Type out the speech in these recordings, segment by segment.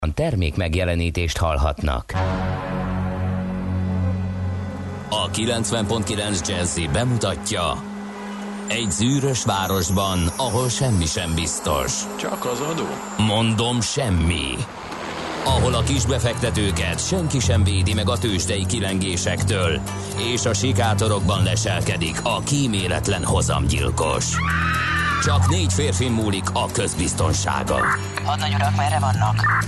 Termék megjelenítést hallhatnak. A 90.9 Jazzy bemutatja: egy zűrös városban, ahol semmi sem biztos. Csak az adó? Mondom, semmi. Ahol a kisbefektetőket senki sem védi meg a tőzsdei kilengésektől, és a sikátorokban leselkedik a kíméletlen hozamgyilkos. Csak 4 férfi múlik a közbiztonsága. Hadnagy urak, merre vannak?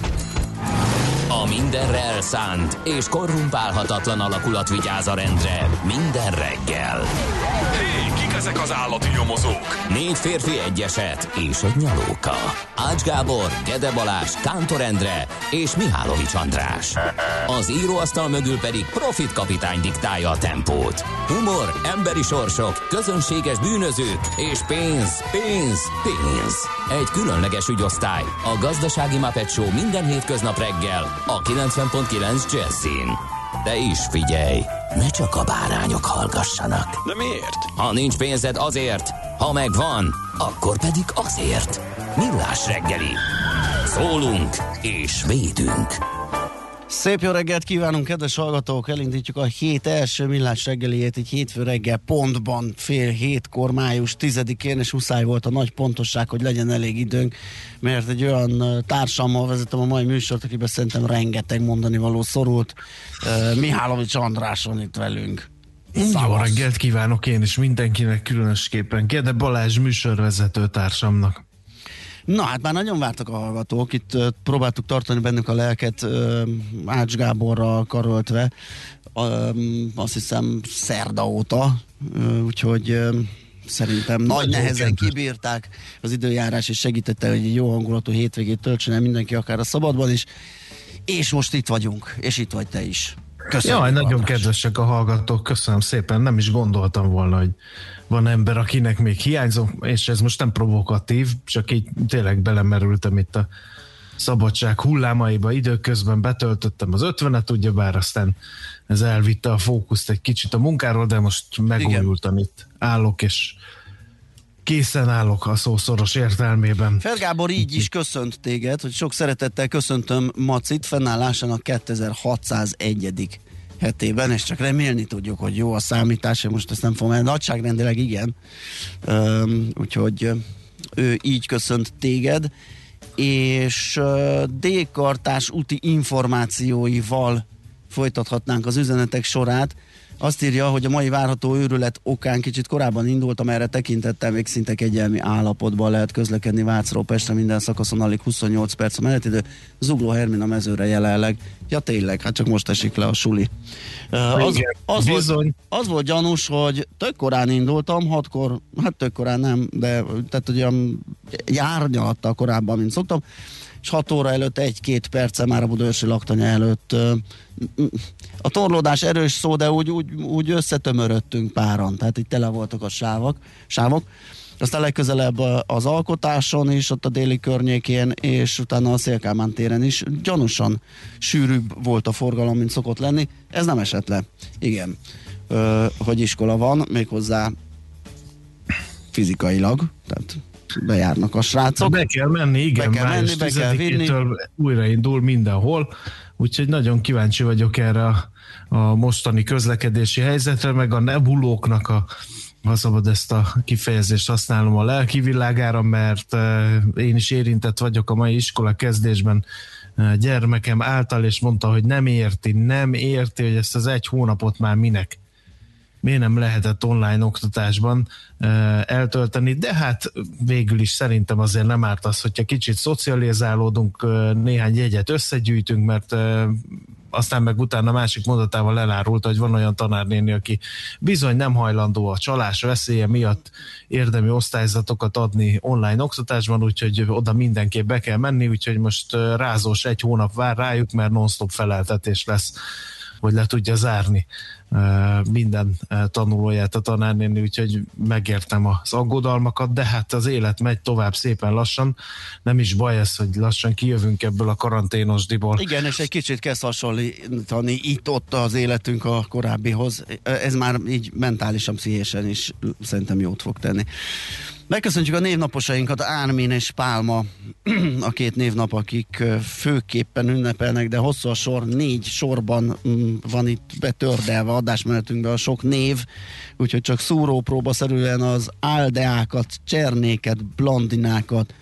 A mindenre elszánt és korrumpálhatatlan alakulat vigyáz a rendre minden reggel. Hé, kik ezek az állati nyomozók? 4 férfi, egy eset és egy nyalóka. Ács Gábor, Gede Balázs, Kántor Endre és Mihálovics András. Az íróasztal mögül pedig Profit kapitány diktálja a tempót. Humor, emberi sorsok, közönséges bűnözők és pénz, pénz, pénz. Egy különleges ügyosztály, a Gazdasági Muppet Show minden hétköznap reggel a 90.9 Jazzyn. De is figyelj, ne csak a bárányok hallgassanak. De miért? Ha nincs pénzed, azért, ha megvan, akkor pedig azért. Millás reggeli. Szólunk és védünk. Szép jó reggelt kívánunk, kedves hallgatók! Elindítjuk a hét első Millás reggeliét, így hétfő reggel pontban, 6:30 május 10-én, és muszáj volt a nagy pontosság, hogy legyen elég időnk, mert egy olyan társammal vezetem a mai műsort, akiben szerintem rengeteg mondani való szorult. Mihálovics András van itt velünk. Jó reggelt kívánok én is mindenkinek, különösképpen Gede Balázs műsorvezető társamnak. Na hát már nagyon vártak a hallgatók, itt próbáltuk tartani bennük a lelket Ács Gáborral karöltve, azt hiszem szerda óta, úgyhogy szerintem nagy nehezen kibírták az időjárás, és segítette, hogy egy jó hangulatú hétvégét töltsön el mindenki, akár a szabadban is, és most itt vagyunk, és itt vagy te is. Köszönöm. Jaj, nagyon kedvesek a hallgatók, köszönöm szépen, nem is gondoltam volna, hogy van ember, akinek még hiányzom, és ez most nem provokatív, csak így tényleg belemerültem itt a szabadság hullámaiba, időközben betöltöttem az 50-et, ugyebár aztán ez elvitte a fókuszt egy kicsit a munkáról, de most megújultan itt állok, és készen állok a szó szoros értelmében. Fergábor így is köszönt téged, hogy sok szeretettel köszöntöm Macit fennállásának 2601. hetében, és csak remélni tudjuk, hogy jó a számítás, most ezt nem fogom el, nagyságrendileg igen. Úgyhogy ő így köszönt téged, és D-kartás úti információival folytathatnánk az üzenetek sorát. Azt írja, hogy a mai várható őrület okán kicsit korábban indultam, erre tekintettel még szinte kegyelmi állapotban lehet közlekedni Vácról Pestre, minden szakaszon alig 28 perc a menetidő, Zugló Hermina mezőre jelenleg. Ja tényleg, hát csak most esik le a suli. Az volt gyanús, hogy tök korán indultam, 6-kor, hát tök korán nem, de tehát ugye árnyalattal korábban, mint szoktam, és 6 óra előtt 1-2 perce már a Budaörsi laktanya előtt. A torlódás erős szó, de úgy összetömörödtünk páran, tehát itt tele voltak a sávok. Aztán legközelebb az Alkotáson is, ott a déli környékén, és utána a Szél-Kálmán téren is gyanúsan sűrűbb volt a forgalom, mint szokott lenni. Ez nem esett le. Igen, hogy iskola van, méghozzá fizikailag, tehát bejárnak a srácok. Be kell menni, igen, be kell vinni. Újraindul mindenhol, úgyhogy nagyon kíváncsi vagyok erre a mostani közlekedési helyzetre, meg a nebulóknak ha szabad ezt a kifejezést használom, a lelki világára, mert én is érintett vagyok a mai iskola kezdésben gyermekem által, és mondta, hogy nem érti, hogy ezt az 1 hónapot már miért nem lehetett online oktatásban eltölteni, de hát végül is szerintem azért nem árt az, hogyha kicsit szocializálódunk, néhány jegyet összegyűjtünk, mert aztán meg utána másik mondatával elárulta, hogy van olyan tanárnéni, aki bizony nem hajlandó a csalás veszélye miatt érdemi osztályzatokat adni online oktatásban, úgyhogy oda mindenképp be kell menni, úgyhogy most rázós 1 hónap vár rájuk, mert non-stop feleltetés lesz, hogy le tudja zárni minden tanulóját a tanárnéni, úgyhogy megértem az aggodalmakat, de hát az élet megy tovább szépen lassan, nem is baj ez, hogy lassan kijövünk ebből a karanténosdiból. Igen, és egy kicsit kezd hasonlítani itt-ott az életünk a korábbihoz. Ez már így mentálisan, pszichésen is szerintem jót fog tenni. Megköszöntjük a névnaposainkat, Ármin és Pálma, a két névnap, akik főképpen ünnepelnek, de hosszú a sor, 4 sorban van itt betördelve adásmenetünkben a sok név, úgyhogy csak szúrópróbaszerűen az Aldeákat, Csernéket, Blandinákat,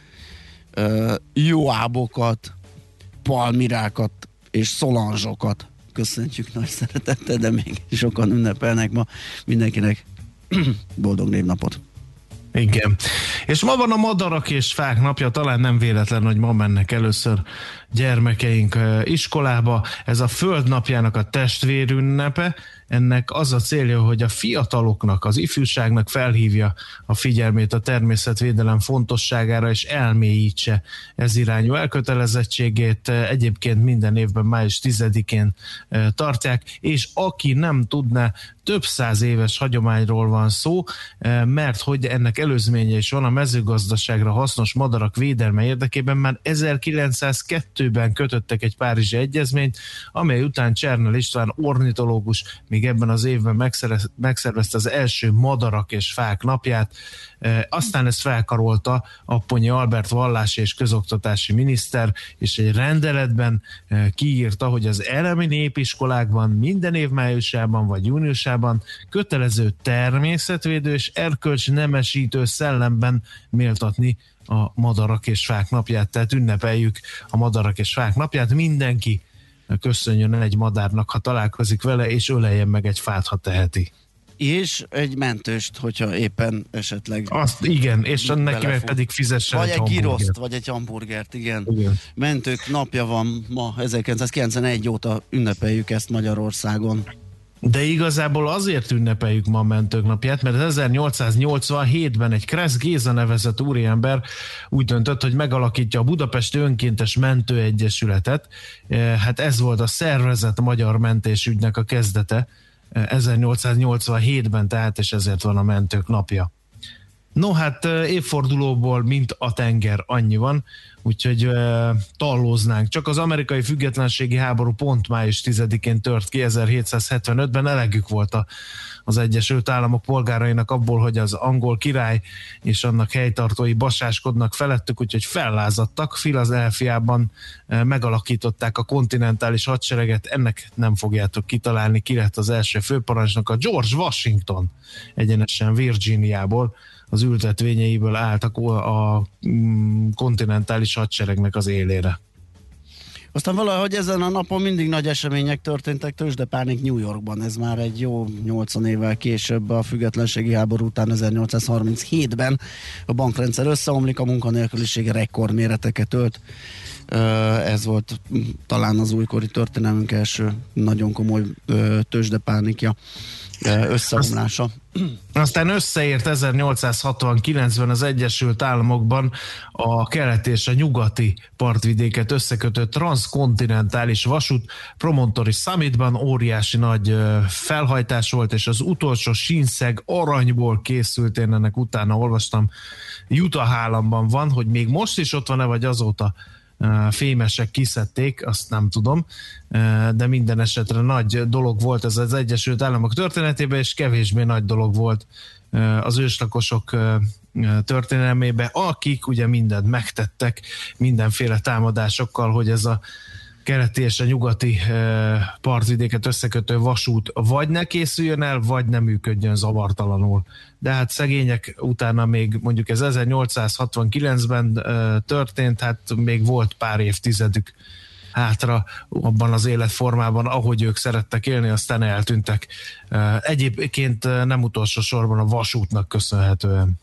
Joábokat, Palmirákat és Szolánzsokat köszöntjük nagy szeretettel, de még sokan ünnepelnek ma. Mindenkinek boldog névnapot! Igen. És ma van a madarak és fák napja, talán nem véletlen, hogy ma mennek először gyermekeink iskolába. Ez a Föld napjának a testvérünnepe. Ennek az a célja, hogy a fiataloknak, az ifjúságnak felhívja a figyelmét a természetvédelem fontosságára, és elmélyítse ez irányú elkötelezettségét. Egyébként minden évben május 10-én tartják, és aki nem tudná, több száz éves hagyományról van szó, mert hogy ennek előzménye is van, a mezőgazdaságra hasznos madarak védelme érdekében már 1902-ben kötöttek egy párizsi egyezményt, amely után Csernel István ornitológus még ebben az évben megszervezte az első madarak és fák napját. Aztán ezt felkarolta Apponyi Albert vallási és közoktatási miniszter, és egy rendeletben kiírta, hogy az elemi népiskolákban minden év májusában vagy júniusában kötelező természetvédő és erkölcs nemesítő szellemben méltatni a madarak és fák napját, tehát ünnepeljük a madarak és fák napját. Mindenki köszönjön egy madárnak, ha találkozik vele, és öleljen meg egy fát, ha teheti. És egy mentőst, hogyha éppen esetleg... Azt igen, és neki meg pedig fizessen vagy egy hamburgert. Giroszt, vagy egy hamburgert, igen. Mentők napja van ma, 1991 óta ünnepeljük ezt Magyarországon. De igazából azért ünnepeljük ma a mentők napját, mert 1887-ben egy Kressz Géza nevezett úriember úgy döntött, hogy megalakítja a Budapesti Önkéntes Mentőegyesületet. Hát ez volt a szervezett magyar mentésügynek a kezdete 1887-ben, tehát, és ezért van a mentők napja. No, hát évfordulóból, mint a tenger, annyi van, úgyhogy tallóznánk. Csak az amerikai függetlenségi háború pont május 10-én tört ki 1775-ben, elegük volt az Egyesült Államok polgárainak abból, hogy az angol király és annak helytartói basáskodnak felettük, úgyhogy fellázadtak. Philadelphiában megalakították a kontinentális hadsereget, ennek nem fogjátok kitalálni, ki lett az első főparancsnok, a George Washington, egyenesen Virginiából, az ültetvényeiből álltak a kontinentális hadseregnek az élére. Aztán valahogy ezen a napon mindig nagy események történtek, tőzsdepánik New Yorkban, ez már egy jó 80 évvel később, a függetlenségi háború után 1837-ben a bankrendszer összeomlik, a munkanélküliség rekordméreteket ölt. Ez volt talán az újkori történelmünk első nagyon komoly tőzsdepánikja, összeomlása. Aztán összeért 1869-ben az Egyesült Államokban a keleti és a nyugati partvidéket összekötő transzkontinentális vasút Promontory Summitban óriási nagy felhajtás volt, és az utolsó sínszeg aranyból készült, én ennek utána olvastam, Utah államban van, hogy még most is ott van-e, vagy azóta fémesek kiszedték, azt nem tudom, de minden esetre nagy dolog volt ez az Egyesült Államok történetében, és kevésbé nagy dolog volt az őslakosok történelmében, akik ugye mindent megtettek, mindenféle támadásokkal, hogy ez a keleti és a nyugati partvidéket összekötő vasút vagy ne készüljön el, vagy nem működjön zavartalanul. De hát szegények utána még mondjuk ez 1869-ben történt, hát még volt pár évtizedük hátra abban az életformában, ahogy ők szerettek élni, aztán eltűntek. Egyébként nem utolsó sorban a vasútnak köszönhetően.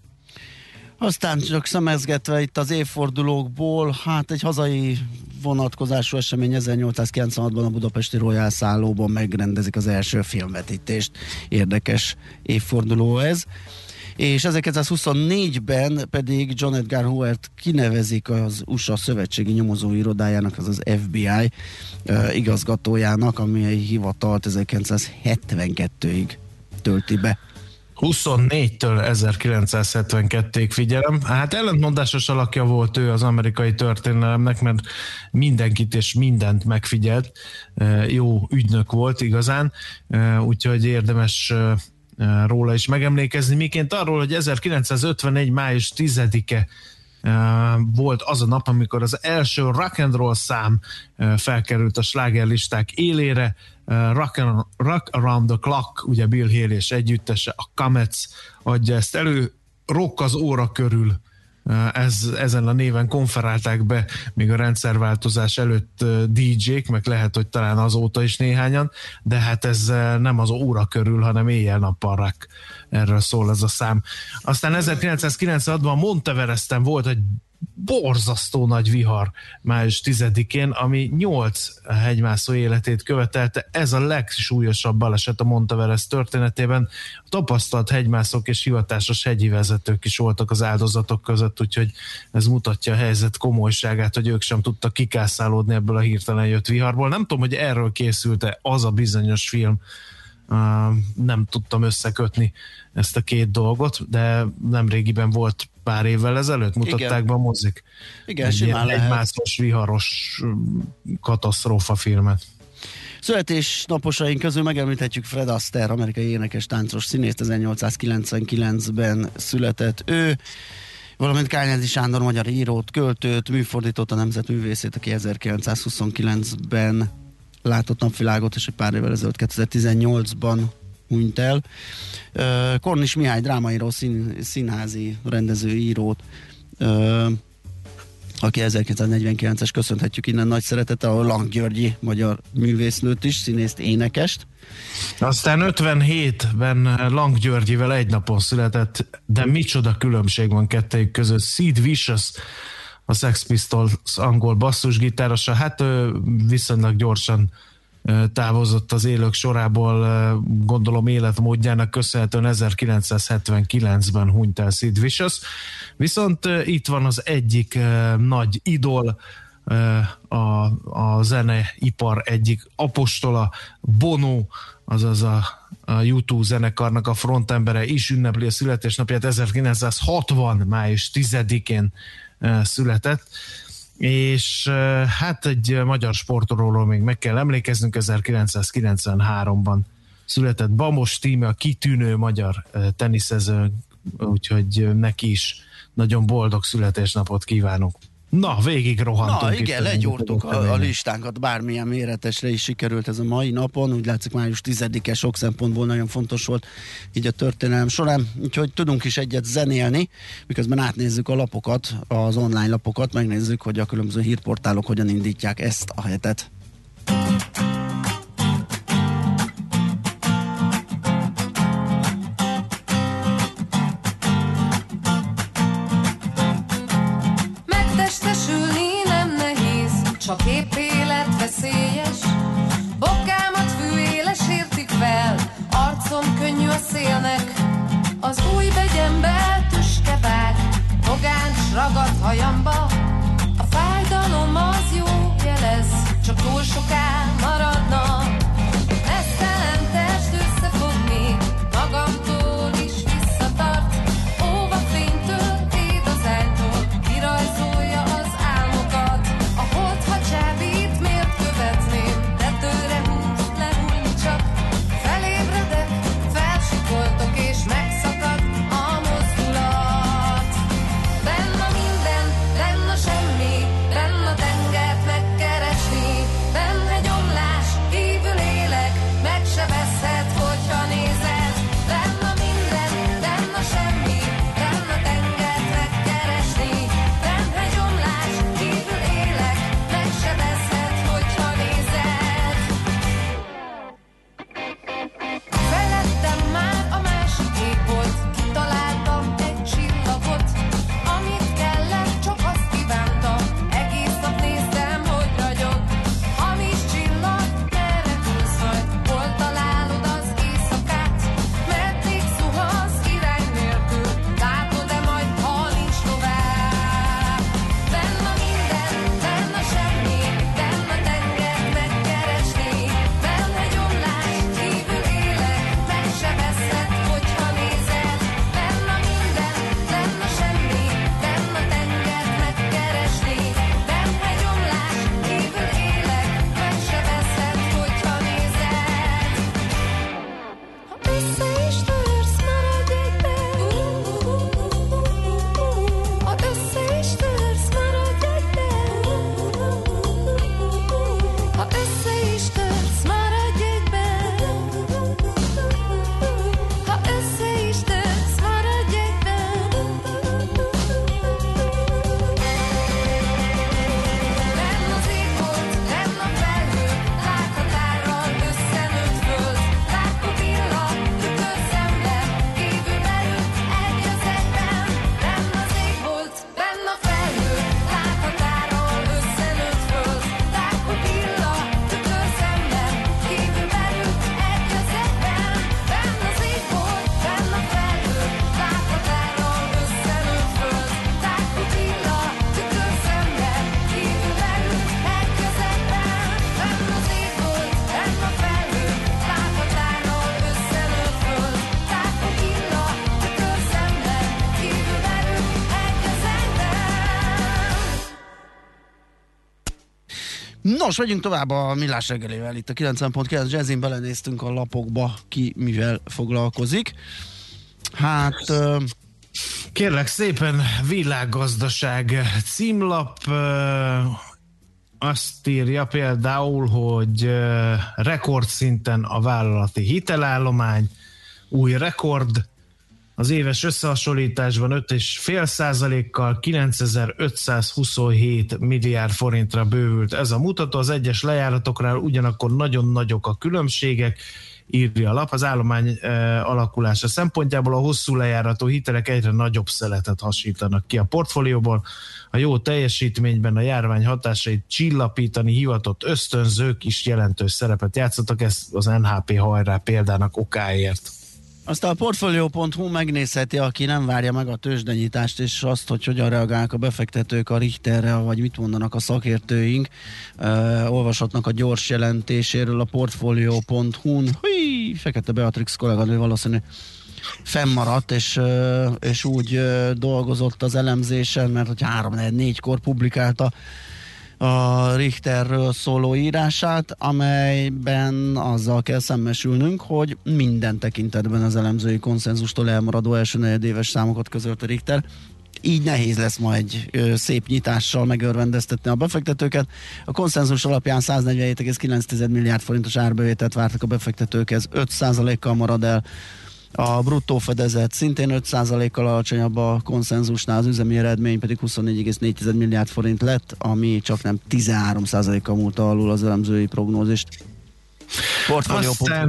Aztán csak szemezgetve itt az évfordulókból, hát egy hazai vonatkozású esemény 1896-ban a budapesti Royal szállóban megrendezik az első filmvetítést. Érdekes évforduló ez. És 1924-ben pedig John Edgar Hoover-t kinevezik az USA szövetségi nyomozói irodájának, az FBI igazgatójának, ami egy hivatalt 1972-ig tölti be. 24-től 1972-ig figyelem. Hát ellentmondásos alakja volt ő az amerikai történelemnek, mert mindenkit és mindent megfigyelt. Jó ügynök volt igazán, úgyhogy érdemes róla is megemlékezni, miként arról, hogy 1951. május 10-e volt az a nap, amikor az első rock and roll szám felkerült a slágerlisták élére. Rock Around the Clock, ugye Bill Haley és együttese, a Comets adja ezt elő, Rock az óra körül. Ezen a néven konferálták be még a rendszerváltozás előtt DJ-k, meg lehet, hogy talán azóta is néhányan, de hát ez nem az óra körül, hanem éjjel-nappal rock. Erről szól ez a szám. Aztán 1996-ban Monteveresten volt egy borzasztó nagy vihar május 10-én, ami 8 hegymászó életét követelte. Ez a legsúlyosabb baleset a Monteverest történetében. A tapasztalt hegymászók és hivatásos hegyi vezetők is voltak az áldozatok között, úgyhogy ez mutatja a helyzet komolyságát, hogy ők sem tudtak kikászálódni ebből a hirtelen jött viharból. Nem tudom, hogy erről készült-e az a bizonyos film, nem tudtam összekötni ezt a két dolgot, de nemrégiben volt pár évvel ezelőtt, mutatták be a mozik. Igen, simán lehet. Egy mászos, viharos katasztrófa filmet. Születésnaposaink közül megemlíthetjük Fred Astaire, amerikai énekes, táncos színész, 1899-ben született ő, valamint Kárnezi Sándor, magyar írót, költőt, műfordított, a nemzetművészét, aki 1999-ben látott napvilágot, és egy pár évvel ezelőtt 2018-ban hunyt el. Kornis Mihály, drámaíró, színházi rendező, írót, aki 1949-es, köszönhetjük innen nagy szeretettel, ahol Lang Györgyi magyar művésznőt is, színészt, énekest. Aztán 57-ben Lang Györgyivel egy napon született, de micsoda különbség van kettejük között. Sid Vicious, a Sex Pistols angol basszusgitárosa, hát viszonylag gyorsan távozott az élők sorából, gondolom életmódjának köszönhetően 1979-ben hunyt el Sid Vicious. Viszont itt van az egyik nagy idol, a zeneipar egyik apostola, Bono, azaz a U2 zenekarnak a frontembere is ünnepli a születésnapját, 1960. május 10-én született, és hát egy magyar sportolóról még meg kell emlékeznünk, 1993-ban született Bamos Tíme, a kitűnő magyar teniszező, úgyhogy neki is nagyon boldog születésnapot kívánunk. Na, végig rohantunk. Na igen, legyúrtuk a listánkat, bármilyen méretesre is sikerült ez a mai napon, úgy látszik május 10-e sok szempontból nagyon fontos volt így a történelem során, úgyhogy tudunk is egyet zenélni, miközben átnézzük a lapokat, az online lapokat, megnézzük, hogy a különböző hírportálok hogyan indítják ezt a hetet. Csak épp életveszélyes, bokámat fűéles értik fel, arcom könnyű a szélnek, az új begyembe tüskevág, fogáncs ragad hajamba, a fájdalom az jó jelez, csak túl soká maradna, esztelen test összefogni, magamtól is visszatart, óva fénytől, édazánytól, kirajzolja az álmokat, a hold, ha csábít, miért követném, de tőle húz, lehújni csak, felébredek, felsikoltok és megszakad a mozdulat. Benn a minden, benn Nos, megyünk tovább a Millás reggelével. Itt a 90.9 Jazzin belenéztünk a lapokba, ki mivel foglalkozik. Hát... Kérlek szépen, világgazdaság címlap azt írja például, hogy rekordszinten a vállalati hitelállomány, új rekord, az éves összehasonlításban 5,5%-kal 9527 milliárd forintra bővült ez a mutató. Az egyes lejáratoknál ugyanakkor nagyon nagyok a különbségek, írja a lap. Az állomány alakulása szempontjából a hosszú lejáratú hitelek egyre nagyobb szeletet hasítanak ki a portfólióból. A jó teljesítményben a járvány hatásait csillapítani hivatott ösztönzők is jelentős szerepet játszottak, ez az NHP hajrá példának okáért. Aztán a Portfolio.hu megnézheti, aki nem várja meg a tőzsdenyitást, és azt, hogy hogyan reagálnak a befektetők a Richterre, vagy mit mondanak a szakértőink. Olvashatnak a gyors jelentéséről a Portfolio.hu-n. Fekete Beatrix kolléganő valószínű fennmaradt, és úgy dolgozott az elemzésen, mert hogy 3-4-kor publikálta a Richterről szóló írását, amelyben azzal kell szembesülnünk, hogy minden tekintetben az elemzői konszenzustól elmaradó első negyedéves számokat közölt a Richter. Így nehéz lesz ma egy szép nyitással megörvendeztetni a befektetőket. A konszenzus alapján 147,9 milliárd forintos árbevételt vártak a befektetők, ez 5%-kal marad el. A bruttó fedezet szintén 5%-kal alacsonyabb a konszenzusnál, az üzemi eredmény pedig 24,4 milliárd forint lett, ami csak nem 13%-kal múlta alul az elemzői prognózist. Aztán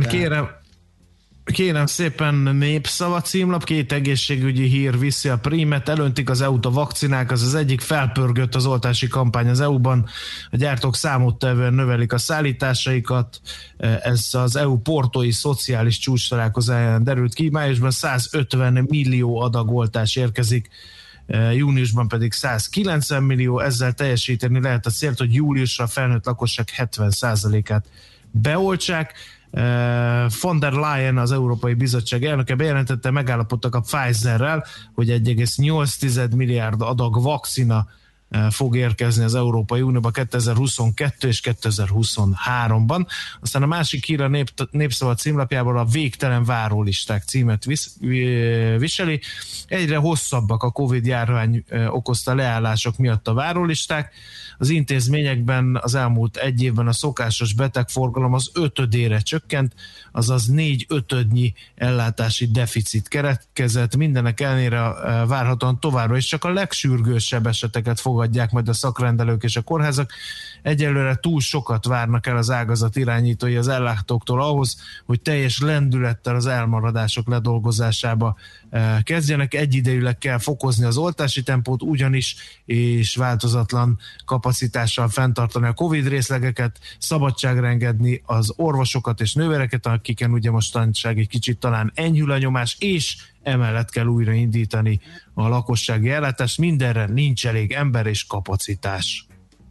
kérem szépen Népszava címlap, 2 egészségügyi hír viszi a prímet, elöntik az EU-t a vakcinák, az egyik felpörgött az oltási kampány az EU-ban, a gyártók számottevően növelik a szállításaikat, ez az EU portói szociális csúcs találkozóján derült ki, májusban 150 millió adag oltás érkezik, júniusban pedig 190 millió, ezzel teljesíteni lehet a célt, hogy júliusra a felnőtt lakosság 70%-át beoltsák. Von der Leyen, az Európai Bizottság elnöke bejelentette, megállapodtak a Pfizerrel, hogy 1,8 milliárd adag vakcina fog érkezni az Európai Unióba 2022 és 2023-ban. Aztán a másik hír a Népszava címlapjából a végtelen várólisták címet viseli. Egyre hosszabbak a Covid-járvány okozta leállások miatt a várólisták. Az intézményekben az elmúlt egy évben a szokásos betegforgalom az 5-ére csökkent, azaz 4/5 ellátási deficit keretkezett. Mindenek ellenére várhatóan továbbra is csak a legsürgősebb eseteket fogadják majd a szakrendelők és a kórházak. Egyelőre túl sokat várnak el az ágazat irányítói az ellátóktól ahhoz, hogy teljes lendülettel az elmaradások ledolgozásába kezdjenek. Egyidejűleg kell fokozni az oltási tempót, ugyanis és változatlan kapacitással fenntartani a Covid részlegeket, szabadságra engedni az orvosokat és nővéreket, akiken ugye mostanság egy kicsit talán enyhül a nyomás, és emellett kell újraindítani a lakossági ellátást. Mindenre nincs elég ember és kapacitás.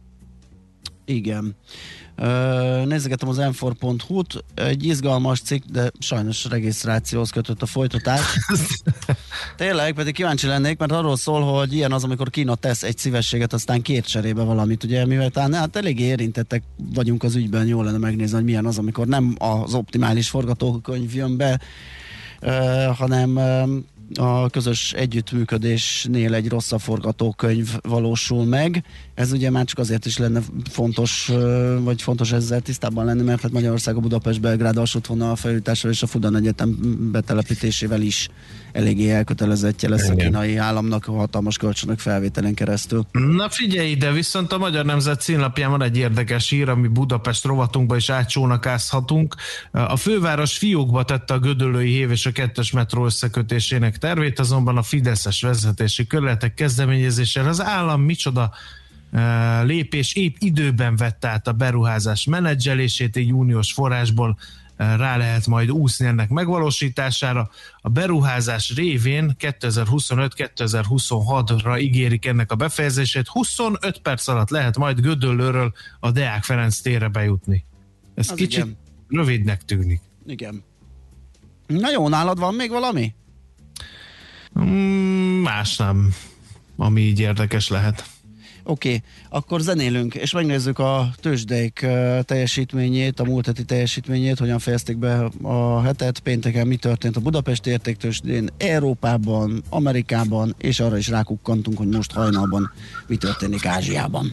Igen. Nézzegetem az m4.hu-t, egy izgalmas cikk, de sajnos regisztrációhoz kötött a folytatás. Tényleg, pedig kíváncsi lennék, mert arról szól, hogy ilyen az, amikor Kína tesz egy szívességet, aztán két cserébe valamit, ugye, mivel talán hát elég érintettek vagyunk az ügyben, jól lenne megnézni, hogy milyen az, amikor nem az optimális forgatókönyv jön be, hanem a közös együttműködésnél egy rosszabb forgatókönyv valósul meg. Ez ugye már csak azért is lenne fontos, vagy fontos ezzel tisztában lenni, mert hát Magyarország a Budapest-Belgrád vasútvonal felújítással és a Fudan Egyetem betelepítésével is eléggé elkötelezettje lesz a kínai államnak a hatalmas kölcsönök felvételen keresztül. Na figyelj ide, viszont a Magyar Nemzet címlapján van egy érdekes hír, ami Budapest rovatunkba is átcsónakázhatunk. A főváros fiókba tette a Gödöllői hév és a 2-es metró összekötésének tervét, azonban a fideszes vezetési kerületek kezdeményezéssel az állam micsoda lépés, épp időben vette át a beruházás menedzselését, egy uniós forrásból rá lehet majd úszni ennek megvalósítására. A beruházás révén 2025-2026-ra ígérik ennek a befejezését. 25 perc alatt lehet majd Gödöllőről a Deák Ferenc térre bejutni. Ez az kicsit igen. Rövidnek tűnik. Igen. Na jó, nálad van még valami? Más nem, ami így érdekes lehet. Oké, akkor zenélünk, és megnézzük a tőzsdeik teljesítményét, a múlt heti teljesítményét, hogyan fejezték be a hetet, pénteken mi történt a Budapesti Értéktőzsdén, Európában, Amerikában, és arra is rákukkantunk, hogy most hajnalban mi történik Ázsiában.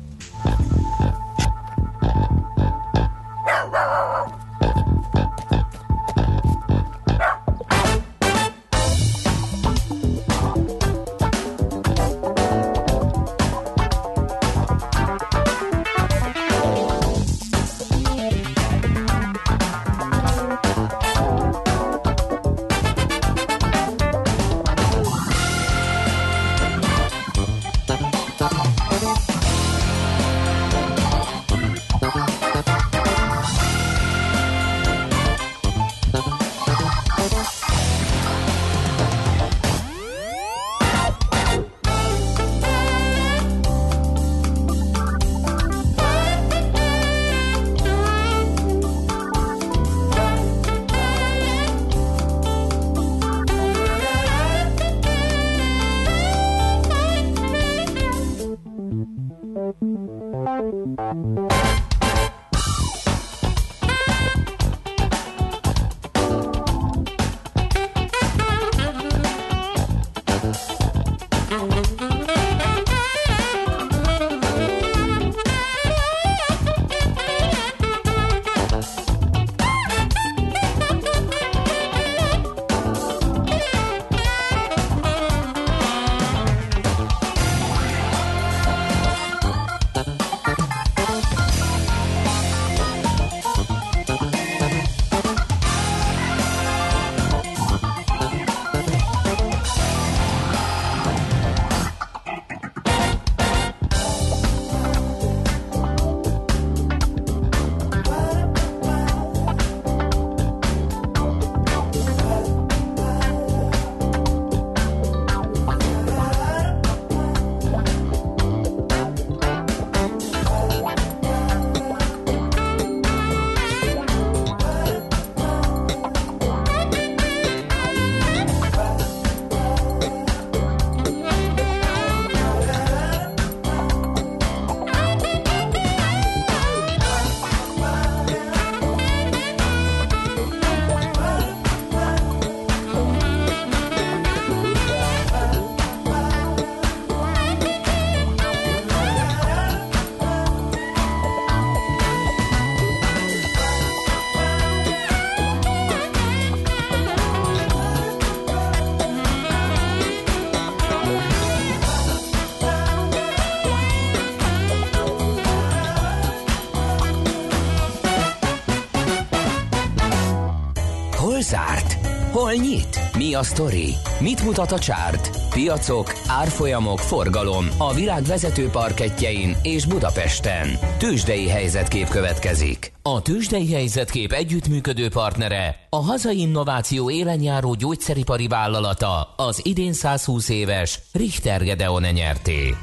Zárt? Hol nyit? Mi a sztori? Mit mutat a csárt? Piacok, árfolyamok, forgalom a világ vezető parkettjein és Budapesten. Tőzsdei helyzetkép következik. A Tőzsdei helyzetkép együttműködő partnere a hazai innováció élenjáró gyógyszeripari vállalata, az idén 120 éves Richter Gedeon Nyerté.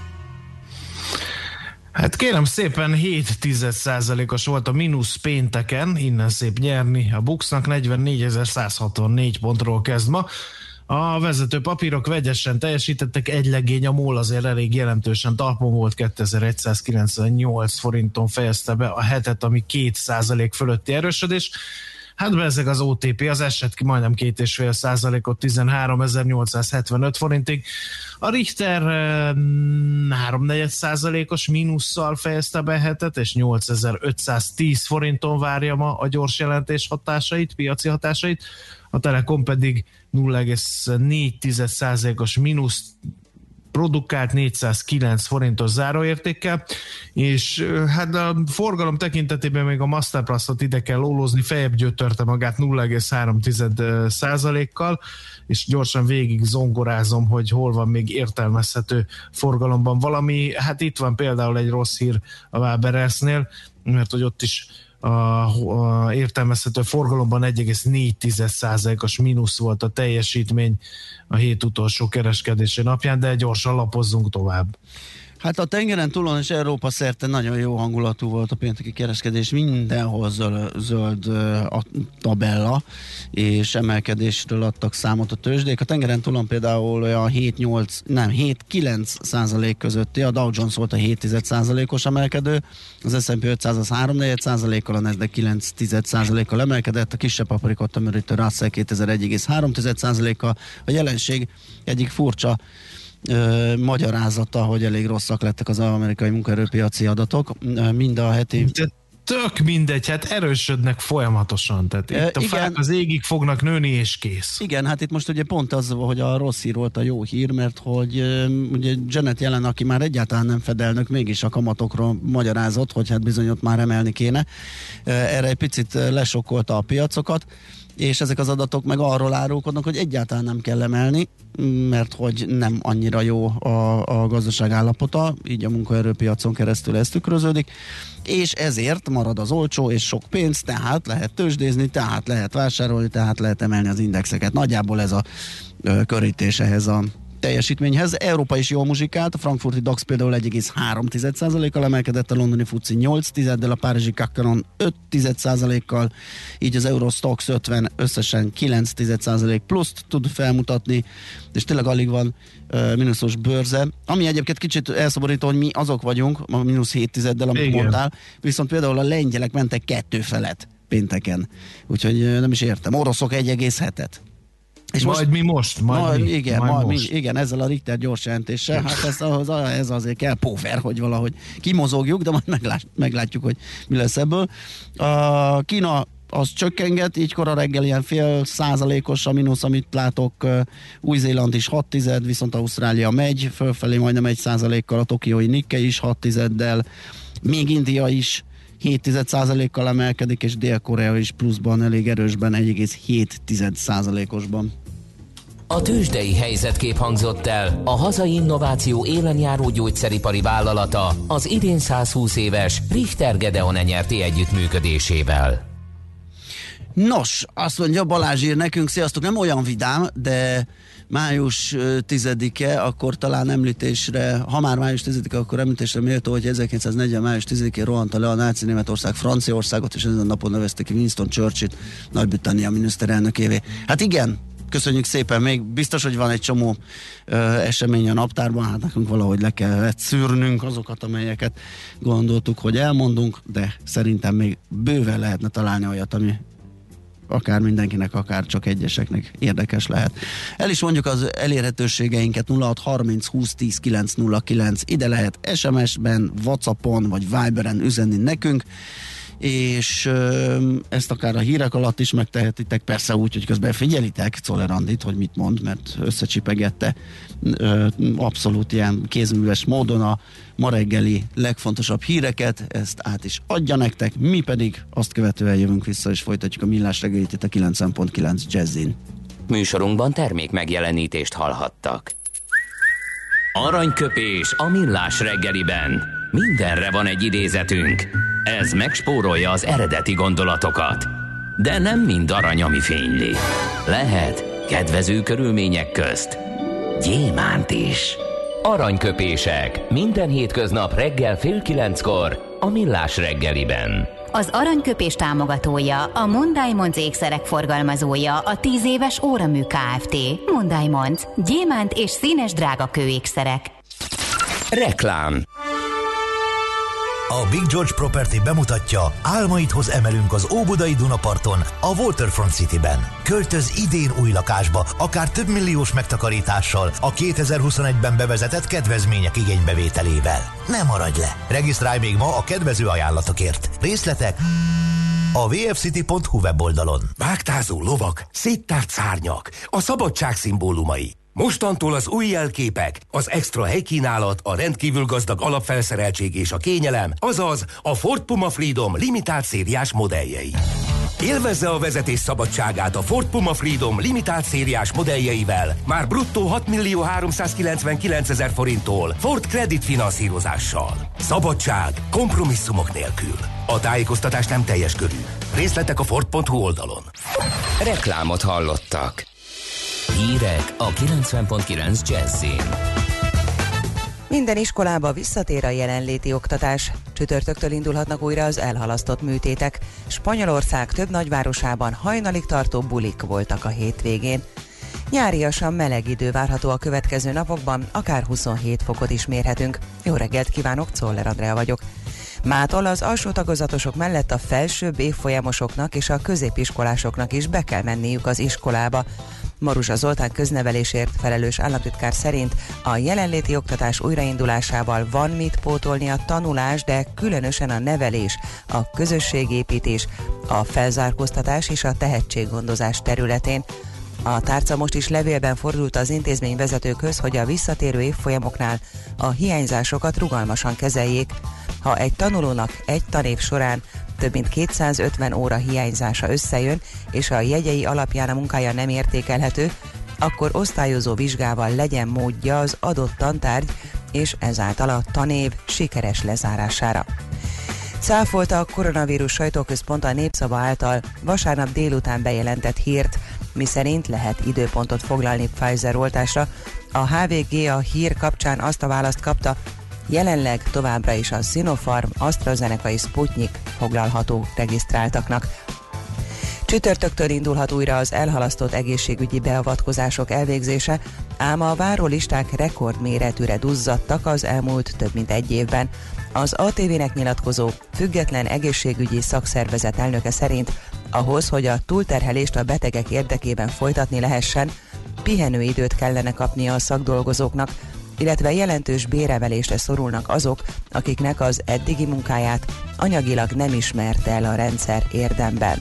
Hát kérem szépen 0,7%-os volt a mínusz pénteken, innen szép nyerni. A Buxnak 44.164 pontról kezd ma. A vezető papírok vegyesen teljesítettek, egy legény, a MOL azért elég jelentősen talpon volt, 2198 forinton fejezte be a hetet, ami 2% fölötti erősödés. Hát ezek az OTP, az esett ki majdnem 2,5%-ot, 13.875 forintig. A Richter 3,4%-os mínusszal fejezte be hetet, és 8.510 forinton várja ma a gyors jelentés hatásait, piaci hatásait. A Telekom pedig 0,4%-os mínuszt produkált 409 forintos záróértékkel, és hát a forgalom tekintetében még a Masterplast-ot ide kell lólózni, feljebb gyötörte magát 0,3%-kal, és gyorsan végig zongorázom, hogy hol van még értelmezhető forgalomban valami. Hát itt van például egy rossz hír a Waberersnél, mert hogy ott is a értelmezhető forgalomban 1,4%-os mínusz volt a teljesítmény a hét utolsó kereskedési napján, de gyorsan lapozzunk tovább. Hát a tengeren túlon és Európa szerte nagyon jó hangulatú volt a pénteki kereskedés, mindenhol zöld a tabella, és emelkedésről adtak számot a tőzsdék. A tengeren túlon például olyan 7-9% közötti, a Dow Jones volt a 7,1%-os emelkedő, az S&P 500 az 3,4%-kal, a Nasdaq 9,1%-kal emelkedett, a kisebb paprikot tömörítő Russell 2001,3%-kal. A jelenség egyik furcsa magyarázata, hogy elég rosszak lettek az amerikai munkaerőpiaci adatok. Mind a heti... Tök mindegy, hát erősödnek folyamatosan, tehát itt a fák az égig fognak nőni, és kész. Igen, hát itt most ugye pont az, hogy a rossz hír volt a jó hír, mert hogy ugye Janet Yellen, aki már egyáltalán nem fedelnök, mégis a kamatokról magyarázott, hogy hát bizony ott már emelni kéne. Erre egy picit lesokkolta a piacokat, és ezek az adatok meg arról árulkodnak, hogy egyáltalán nem kell emelni, mert hogy nem annyira jó a gazdaság állapota, így a munkaerőpiacon keresztül ez tükröződik, és ezért marad az olcsó és sok pénz, tehát lehet tőzsdézni, tehát lehet vásárolni, tehát lehet emelni az indexeket. Nagyjából ez a körítés ehhez a teljesítményhez. Európa is jól muzsikált, a frankfurti DAX például 1,3%-kal emelkedett, a londoni FTSE 8%-del, a párizsi CAC 5%-kal, így az Eurostoxx 50 összesen 9% pluszt tud felmutatni, és tényleg alig van mínuszos bőrze, ami egyébként kicsit elszomorító, hogy mi azok vagyunk, a -7%-del, amit mondtál, viszont például a lengyelek mentek 2 felett pénteken, úgyhogy nem is értem. Oroszok 1,7-et. És mi most. Igen, ezzel a Richter gyors jelentéssel, hát ez azért kell póver, hogy valahogy kimozogjuk, de majd meglátjuk, hogy mi lesz ebből. A Kína az csökkenget, ígykor a reggel ilyen 0,5%-os a mínusz, amit látok, Új-Zéland is 6%, viszont Ausztrália megy, fölfelé majdnem 1%-kal, a tokiói Nikkei is 6%-del, még India is 7,1%-kal emelkedik, és Dél-Korea is pluszban, elég erősben, 1,7%-osban. A tőzsdei helyzetkép hangzott el a hazai innováció élenjáró gyógyszeripari vállalata az idén 120 éves Richter Gedeon nyerti együttműködésével. Nos, azt mondja Balázs ír nekünk, sziasztok, nem olyan vidám, de május 10-e, akkor talán említésre, ha már május 10-e, akkor említésre méltó, hogy 1940. május 10-én rohanta le a náci Németország Franciaországot, és ezen a napon nevezték ki Winston Churchill-t Nagy-Britannia miniszterelnökévé. Hát igen, köszönjük szépen, még biztos, hogy van egy csomó esemény a naptárban, hát nekünk valahogy le kellett szűrnünk azokat, amelyeket gondoltuk, hogy elmondunk, de szerintem még bőven lehetne találni olyat, ami akár mindenkinek, akár csak egyeseknek érdekes lehet. El is mondjuk az elérhetőségeinket 0630 20 10 909, ide lehet SMS-ben, WhatsAppon vagy Viberen üzenni nekünk, és ezt akár a hírek alatt is megtehetitek, persze úgy, hogy közben figyelitek Czoller Andit, hogy mit mond, mert összecsipegette abszolút ilyen kézműves módon a ma reggeli legfontosabb híreket, ezt át is adja nektek, mi pedig azt követően jövünk vissza, és folytatjuk a Millás reggelit itt a 90.9 Jazzin. Műsorunkban termék megjelenítést hallhattak. Aranyköpés a Millás reggeliben. Mindenre van egy idézetünk. Ez megspórolja az eredeti gondolatokat. De nem mind arany, ami fényli. Lehet kedvező körülmények közt gyémánt is. Aranyköpések. Minden hétköznap reggel 8:30 a Millás reggeliben. Az aranyköpés támogatója, a Mondimonc ékszerek forgalmazója, a 10 éves Óramű Kft. Mondimonc. Gyémánt és színes drágakő ékszerek. Reklám. A Big George Property bemutatja, álmaidhoz emelünk az Óbudai Dunaparton, a Waterfront Cityben. Költöz idén új lakásba, akár több milliós megtakarítással, a 2021-ben bevezetett kedvezmények igénybevételével. Ne maradj le! Regisztrálj még ma a kedvező ajánlatokért. Részletek a vfcity.hu weboldalon. Vágtázó lovak, széttárt szárnyak, a szabadság szimbólumai. Mostantól az új jelképek, az extra helykínálat, a rendkívül gazdag alapfelszereltség és a kényelem, azaz a Ford Puma Freedom limitált szériás modelljei. Élvezze a vezetés szabadságát a Ford Puma Freedom limitált szériás modelljeivel, már bruttó 6.399.000 forinttól Ford Credit finanszírozással. Szabadság kompromisszumok nélkül. A tájékoztatás nem teljes körű. Részletek a Ford.hu oldalon. Reklámot hallottak. Hírek a 90.9 Jazzin. Minden iskolába visszatér a jelenléti oktatás. Csütörtöktől indulhatnak újra az elhalasztott műtétek. Spanyolország több nagyvárosában hajnalig tartó bulik voltak a hétvégén. Nyáriasan meleg idő várható a következő napokban, akár 27 fokot is mérhetünk. Jó reggelt kívánok, Czoller Andrea vagyok. Mától az alsó tagozatosok mellett a felsőbb évfolyamosoknak és a középiskolásoknak is be kell menniük az iskolába. Maruzsa Zoltán köznevelésért felelős államtitkár szerint a jelenléti oktatás újraindulásával van mit pótolni a tanulás, de különösen a nevelés, a közösségépítés, a felzárkóztatás és a tehetséggondozás területén. A tárca most is levélben fordult az intézmény vezetőkhöz, hogy a visszatérő évfolyamoknál a hiányzásokat rugalmasan kezeljék. Ha egy tanulónak egy tanév során több mint 250 óra hiányzása összejön, és a jegyei alapján a munkája nem értékelhető, akkor osztályozó vizsgával legyen módja az adott tantárgy, és ezáltal a tanév sikeres lezárására. Cáfolta a koronavírus sajtóközpont a Népszava által vasárnap délután bejelentett hírt, miszerint lehet időpontot foglalni Pfizer oltásra. A HVG a hír kapcsán azt a választ kapta, jelenleg továbbra is a Sinopharm, AstraZeneca és Sputnik foglalható regisztráltaknak. Csütörtöktől indulhat újra az elhalasztott egészségügyi beavatkozások elvégzése, ám a várólisták rekordméretűre duzzadtak az elmúlt több mint egy évben. Az ATV-nek nyilatkozó független egészségügyi szakszervezet elnöke szerint ahhoz, hogy a túlterhelést a betegek érdekében folytatni lehessen, pihenőidőt kellene kapnia a szakdolgozóknak, illetve jelentős béremelésre szorulnak azok, akiknek az eddigi munkáját anyagilag nem ismerte el a rendszer érdemben.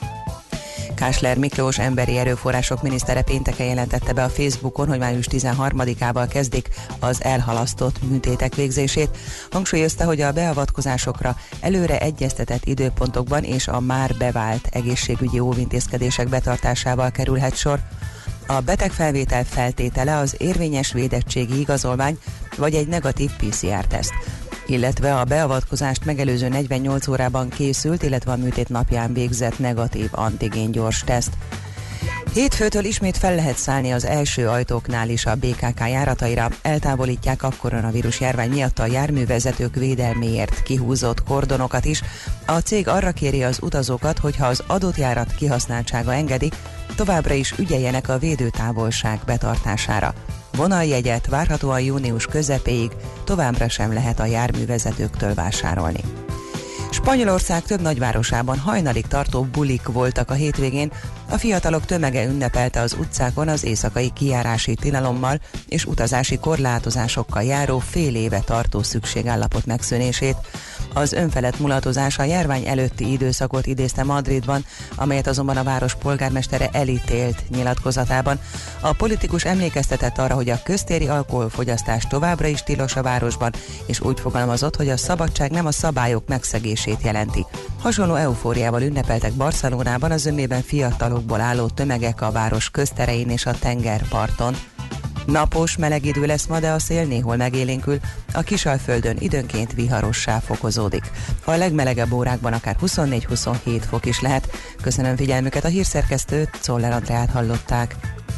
Kásler Miklós emberi erőforrások minisztere pénteken jelentette be a Facebookon, hogy május 13-ával kezdik az elhalasztott műtétek végzését. Hangsúlyozta, hogy a beavatkozásokra előre egyeztetett időpontokban és a már bevált egészségügyi óvintézkedések betartásával kerülhet sor. A betegfelvétel feltétele az érvényes védettségi igazolvány vagy egy negatív PCR-teszt, illetve a beavatkozást megelőző 48 órában készült, illetve a műtét napján végzett negatív antigén gyors teszt. Hétfőtől ismét fel lehet szállni az első ajtóknál is a BKK járataira, eltávolítják a koronavírus járvány miatt a járművezetők védelméért kihúzott kordonokat is. A cég arra kéri az utazókat, hogy ha az adott járat kihasználtsága engedi, továbbra is ügyeljenek a védőtávolság betartására. Vonaljegyet várhatóan június közepéig továbbra sem lehet a járművezetőktől vásárolni. Spanyolország több nagyvárosában hajnalig tartó bulik voltak a hétvégén, a fiatalok tömege ünnepelte az utcákon az éjszakai kijárási tilalommal és utazási korlátozásokkal járó fél éve tartó szükségállapot megszűnését. Az önfelett mulatozás a járvány előtti időszakot idézte Madridban, amelyet azonban a város polgármestere elítélt nyilatkozatában. A politikus emlékeztetett arra, hogy a köztéri alkoholfogyasztás továbbra is tilos a városban, és úgy fogalmazott, hogy a szabadság nem a szabályok megszegését jelenti. Hasonló eufóriával ünnepeltek Barcelonában az zömében fiatalokból álló tömegek a város közterein és a tengerparton. Napos, meleg idő lesz ma, de a szél néhol megélénkül, a Kisalföldön időnként viharossá fokozódik. A legmelegebb órákban akár 24-27 fok is lehet. Köszönöm figyelmüket, a hírszerkesztőt, Czoller Andreát hallották.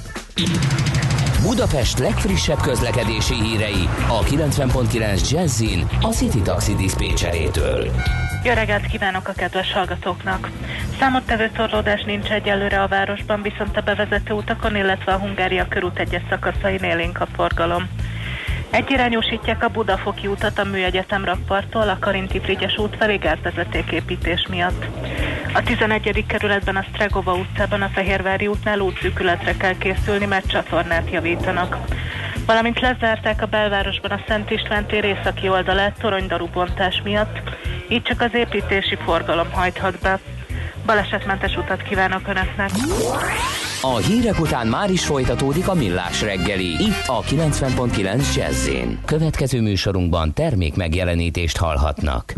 Budapest legfrissebb közlekedési hírei a 90.9 Jazzin a City Taxi diszpécserétől. Jó reggelt kívánok a kedves hallgatóknak! Számottevő torlódás nincs egyelőre a városban, viszont a bevezető utakon, illetve a Hungária körút egyes szakaszain élénk a forgalom. Egyirányosítják a Budafoki utat a Műegyetem rakparttól a Karinti Frigyes út felé gázvezetéképítés miatt. A 11. kerületben a Stregova utcában a Fehérvári útnál útszűkületre kell készülni, mert csatornát javítanak. Valamint lezárták a belvárosban a Szent István tér északi oldalát toronydaru bontás miatt, így csak az építési forgalom hajthat be. Balesetmentes utat kívánok Önöknek! A hírek után már is folytatódik a Millás reggeli, itt a 90.9 Jazz-én. Következő műsorunkban termék megjelenítést hallhatnak.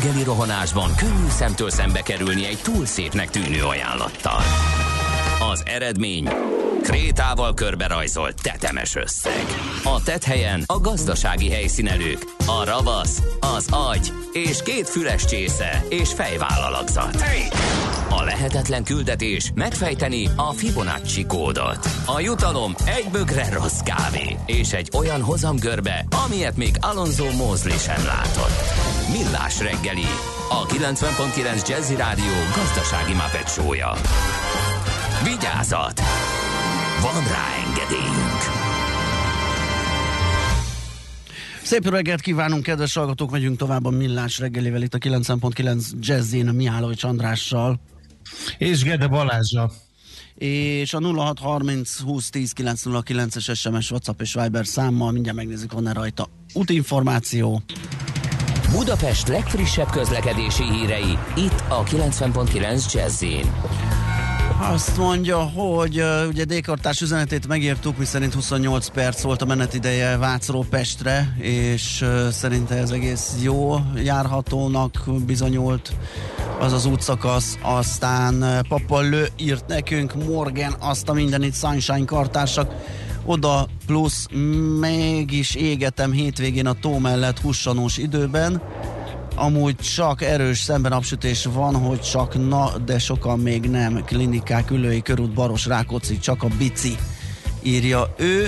reggeli rohanásban könnyű szemtől szembe kerülni egy túl szépnek tűnő ajánlattal. Az eredmény krétával körberajzolt tetemes összeg. A tetthelyen a gazdasági helyszínelők, a ravasz, az agy és 2 füles csésze és fejvállalakzat. A lehetetlen küldetés megfejteni a Fibonacci kódot. A jutalom egy bögre rossz kávé és egy olyan hozamgörbe, amilyet még Alonso Mosley sem látott. Millás reggeli, a 90.9 Jazzy Rádió gazdasági Muppet show-ja. Vigyázat! Van rá engedélyünk! Szép reggelt kívánunk, kedves hallgatók, megyünk tovább a Millás reggelivel itt a 90.9 Jazzin, Mihálovics Andrással. És Gede Balázsa. És a 0630 20 10 909-es SMS, WhatsApp és Viber számmal, mindjárt megnézzük, van-e rajta útinformáció. Budapest legfrissebb közlekedési hírei, itt a 90.9 Jazzin. Azt mondja, hogy ugye D-kartás üzenetét megírtuk, miszerint 28 perc volt a menetideje Vácról Pestre, és szerinte ez egész jó járhatónak bizonyult az az útszakasz. Aztán Papa Lő írt nekünk, Morgan, azt a mindenit, Sunshine kartársak, oda plusz mégis égetem hétvégén a tó mellett hussanós időben. Amúgy csak erős szembenapsütés van, hogy csak de sokan még nem. Klinikák, Ülői körút, Baros, Rákóczi, csak a bici, írja ő.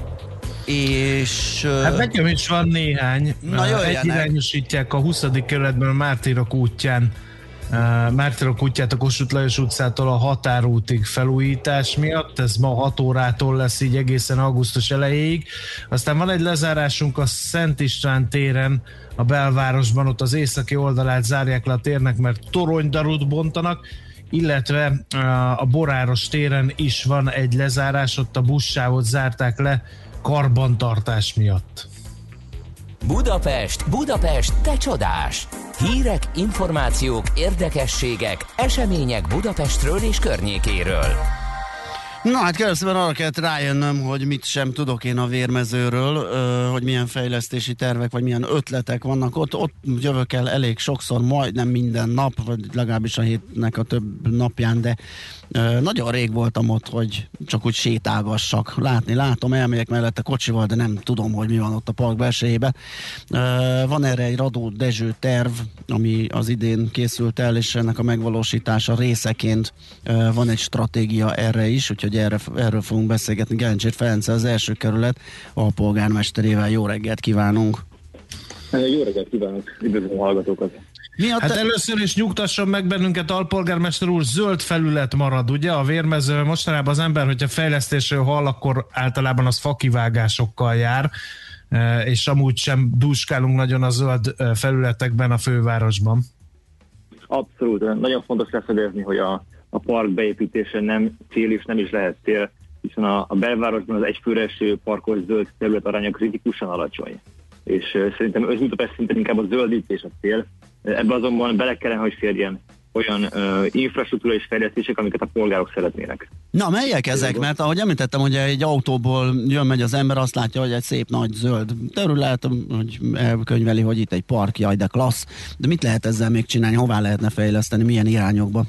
És... Hát nekem is van néhány. Na, egyirányosítják a 20. kerületben a Mártírok útján. Mártírok útját a Kossuth Lajos utcától a Határútig felújítás miatt, ez ma 6 órától lesz így egészen augusztus elejéig. Aztán van egy lezárásunk a Szent István téren, a belvárosban, ott az északi oldalát zárják le a térnek, mert toronydarut bontanak, illetve a Boráros téren is van egy lezárás, ott a buszsávot zárták le karbantartás miatt. Budapest, Budapest, te csodás! Hírek, információk, érdekességek, események Budapestről és környékéről. Na hát keresztben arra kellett rájönnöm, hogy mit sem tudok én a Vérmezőről, hogy milyen fejlesztési tervek, vagy milyen ötletek vannak ott. Ott jövök el elég sokszor, majdnem minden nap, vagy legalábbis a hétnek a több napján, de nagyon rég voltam ott, hogy csak úgy sétálgassak. Látom, elmegyek mellette kocsival, de nem tudom, hogy mi van ott a park belsejében. Van erre egy Radó Dezső terv, ami az idén készült el, és ennek a megvalósítása részeként van egy stratégia erre is, úgyhogy erről fogunk beszélgetni Gelencsér Ferenccel, az első kerület alpolgármesterével. Jó reggelt kívánunk! Jó reggelt kívánok! Üdvözlöm a hallgatókat! Hát először is nyugtasson meg bennünket, alpolgármester úr, zöld felület marad, ugye? A Vérmező, mostanában az ember, hogyha fejlesztésről hall, akkor általában az fakivágásokkal jár, és amúgy sem dúskálunk nagyon a zöld felületekben a fővárosban. Abszolút, nagyon fontos leszögezni, hogy a park beépítése nem cél és nem is lehet cél, hiszen a belvárosban az egyfőre eső parkos zöld terület aránya kritikusan alacsony. És szerintem Budapest szinten inkább a zöldítés a cél. Ebbe azonban bele kellene, hogy férjen olyan infrastruktúra és fejlesztések, amiket a polgárok szeretnének. Na, melyek ezek? Mert ahogy említettem, hogy egy autóból megy az ember, azt látja, hogy egy szép nagy zöld terület, hogy elkönyveli, hogy itt egy park, jaj, de klassz. De mit lehet ezzel még csinálni? Hová lehetne fejleszteni? Milyen irányokba?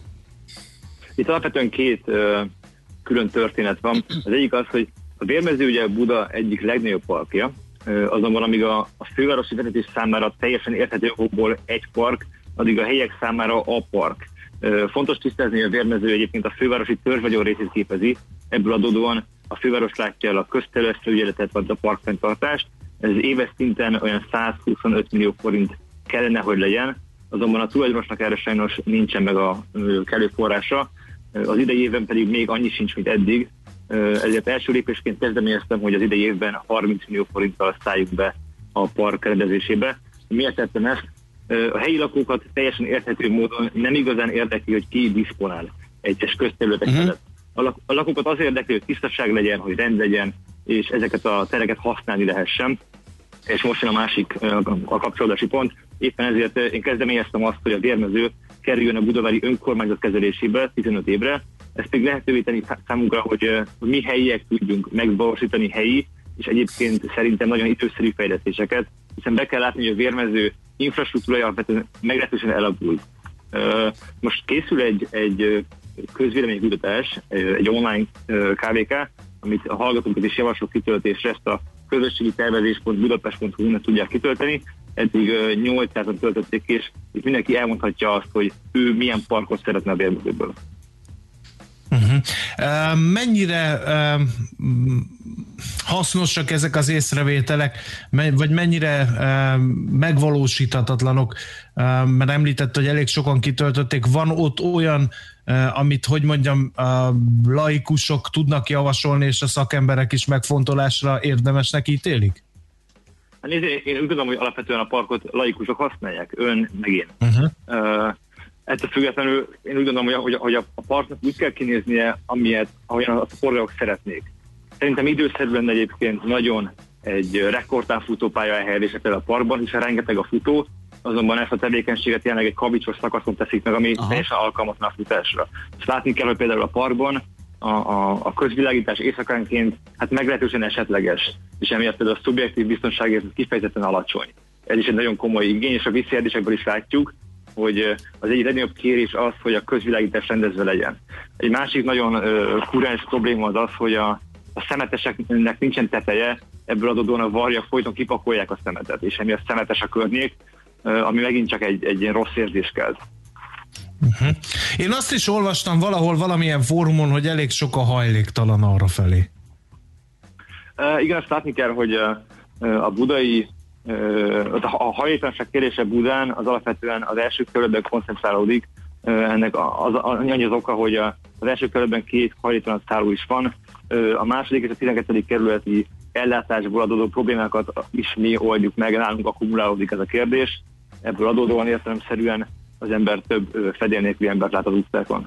Itt alapvetően 2 külön történet van. Az egyik az, hogy a Vérmező ugye Buda egyik legnagyobb parkja, azonban amíg a fővárosi vezetés számára teljesen érthető okból egy park, addig a helyiek számára a park. Fontos tisztázni, hogy a Vérmező egyébként a fővárosi törzsvagyon részét képezi, ebből adódóan a főváros látja el a közterületfelügyeletet vagy a parkfenntartást. Ez éves szinten olyan 125 millió forint kellene, hogy legyen, azonban a tulajdonosnak erre sajnos nincsen meg a kellő forrása, az idei évben pedig még annyi sincs, mint eddig, ezért első lépésként kezdeményeztem, hogy az idei évben 30 millió forinttal szálljunk be a park rendezésébe. Miért tettem ezt? A helyi lakókat teljesen érthető módon nem igazán érdekli, hogy ki diszponál egyes közterületek felett. A lakókat az érdekli, hogy tisztaság legyen, hogy rend legyen, és ezeket a tereket használni lehessen. És most jön a másik a kapcsolódási pont. Éppen ezért én kezdeményeztem azt, hogy a Vérmező kerüljön a budavári önkormányzat kezelésébe 15 évre. Ez pedig lehetővé tenni számunkra, hogy mi helyiek tudjunk megvalósítani helyi, és egyébként szerintem nagyon időszerű fejlesztéseket, hiszen be kell látni, hogy a Vérmező infrastruktúrája meglehetősen elavult. Most készül egy közvéleménykutatás, egy online KVK, amit a hallgatókat is javaslok kitöltésre, ezt a közösségi tervezés.budapest.hu-n tudják kitölteni. Eddig 800-an töltötték, és itt mindenki elmondhatja azt, hogy ő milyen parkot szeretne a Vérmezőből. Mennyire hasznosak ezek az észrevételek, vagy mennyire megvalósíthatatlanok, mert említett, hogy elég sokan kitöltötték. Van ott olyan, amit, hogy mondjam, laikusok tudnak javasolni, és a szakemberek is megfontolásra érdemesnek ítélik? Én úgy tudom, hogy alapvetően a parkot laikusok használják, ön meg én. Ettől függetlenül én úgy gondolom, hogy a parknak úgy kell kinéznie, ahogyan a forgalmak szeretnék. Szerintem időszerű lenne egyébként nagyon egy rekordtán futópálya elhelyezése például a parkban, hiszen rengeteg a futó, azonban ezt a tevékenységet jelenleg egy kavicsos szakaszon teszik meg, ami teljesen alkalmatlan a futásra. Ezt látni kell, hogy például a parkban a közvilágítás éjszakánként meglehetősen esetleges, és emiatt például a szubjektív biztonságérzet kifejezetten alacsony. Ez is egy nagyon komoly igény, és a visszajelzésekből is látjuk, hogy az egyik legnagyobb kérés az, hogy a közvilágítás rendezve legyen. Egy másik nagyon kurens probléma az, hogy a szemeteseknek nincsen teteje, ebből adódóan a varjak folyton kipakolják a szemetet, és emiatt szemetes a környék, ami megint csak egy ilyen rossz érzés kelt. Én azt is olvastam valahol, valamilyen fórumon, hogy elég sok a hajléktalan arra felé. Igen, azt látni kell, hogy a budai a hajléktalanság kérése Budán az alapvetően az első kerületben koncentrálódik. Ennek annyi az oka, hogy az első kerületben 2 hajléktalan szálló is van. A második és a 12. kerületi ellátásból adódó problémákat is mi oldjuk meg, nálunk akkumulálódik ez a kérdés. Ebből adódóan értelemszerűen az ember több fedél nélküli embert lát az utcákon.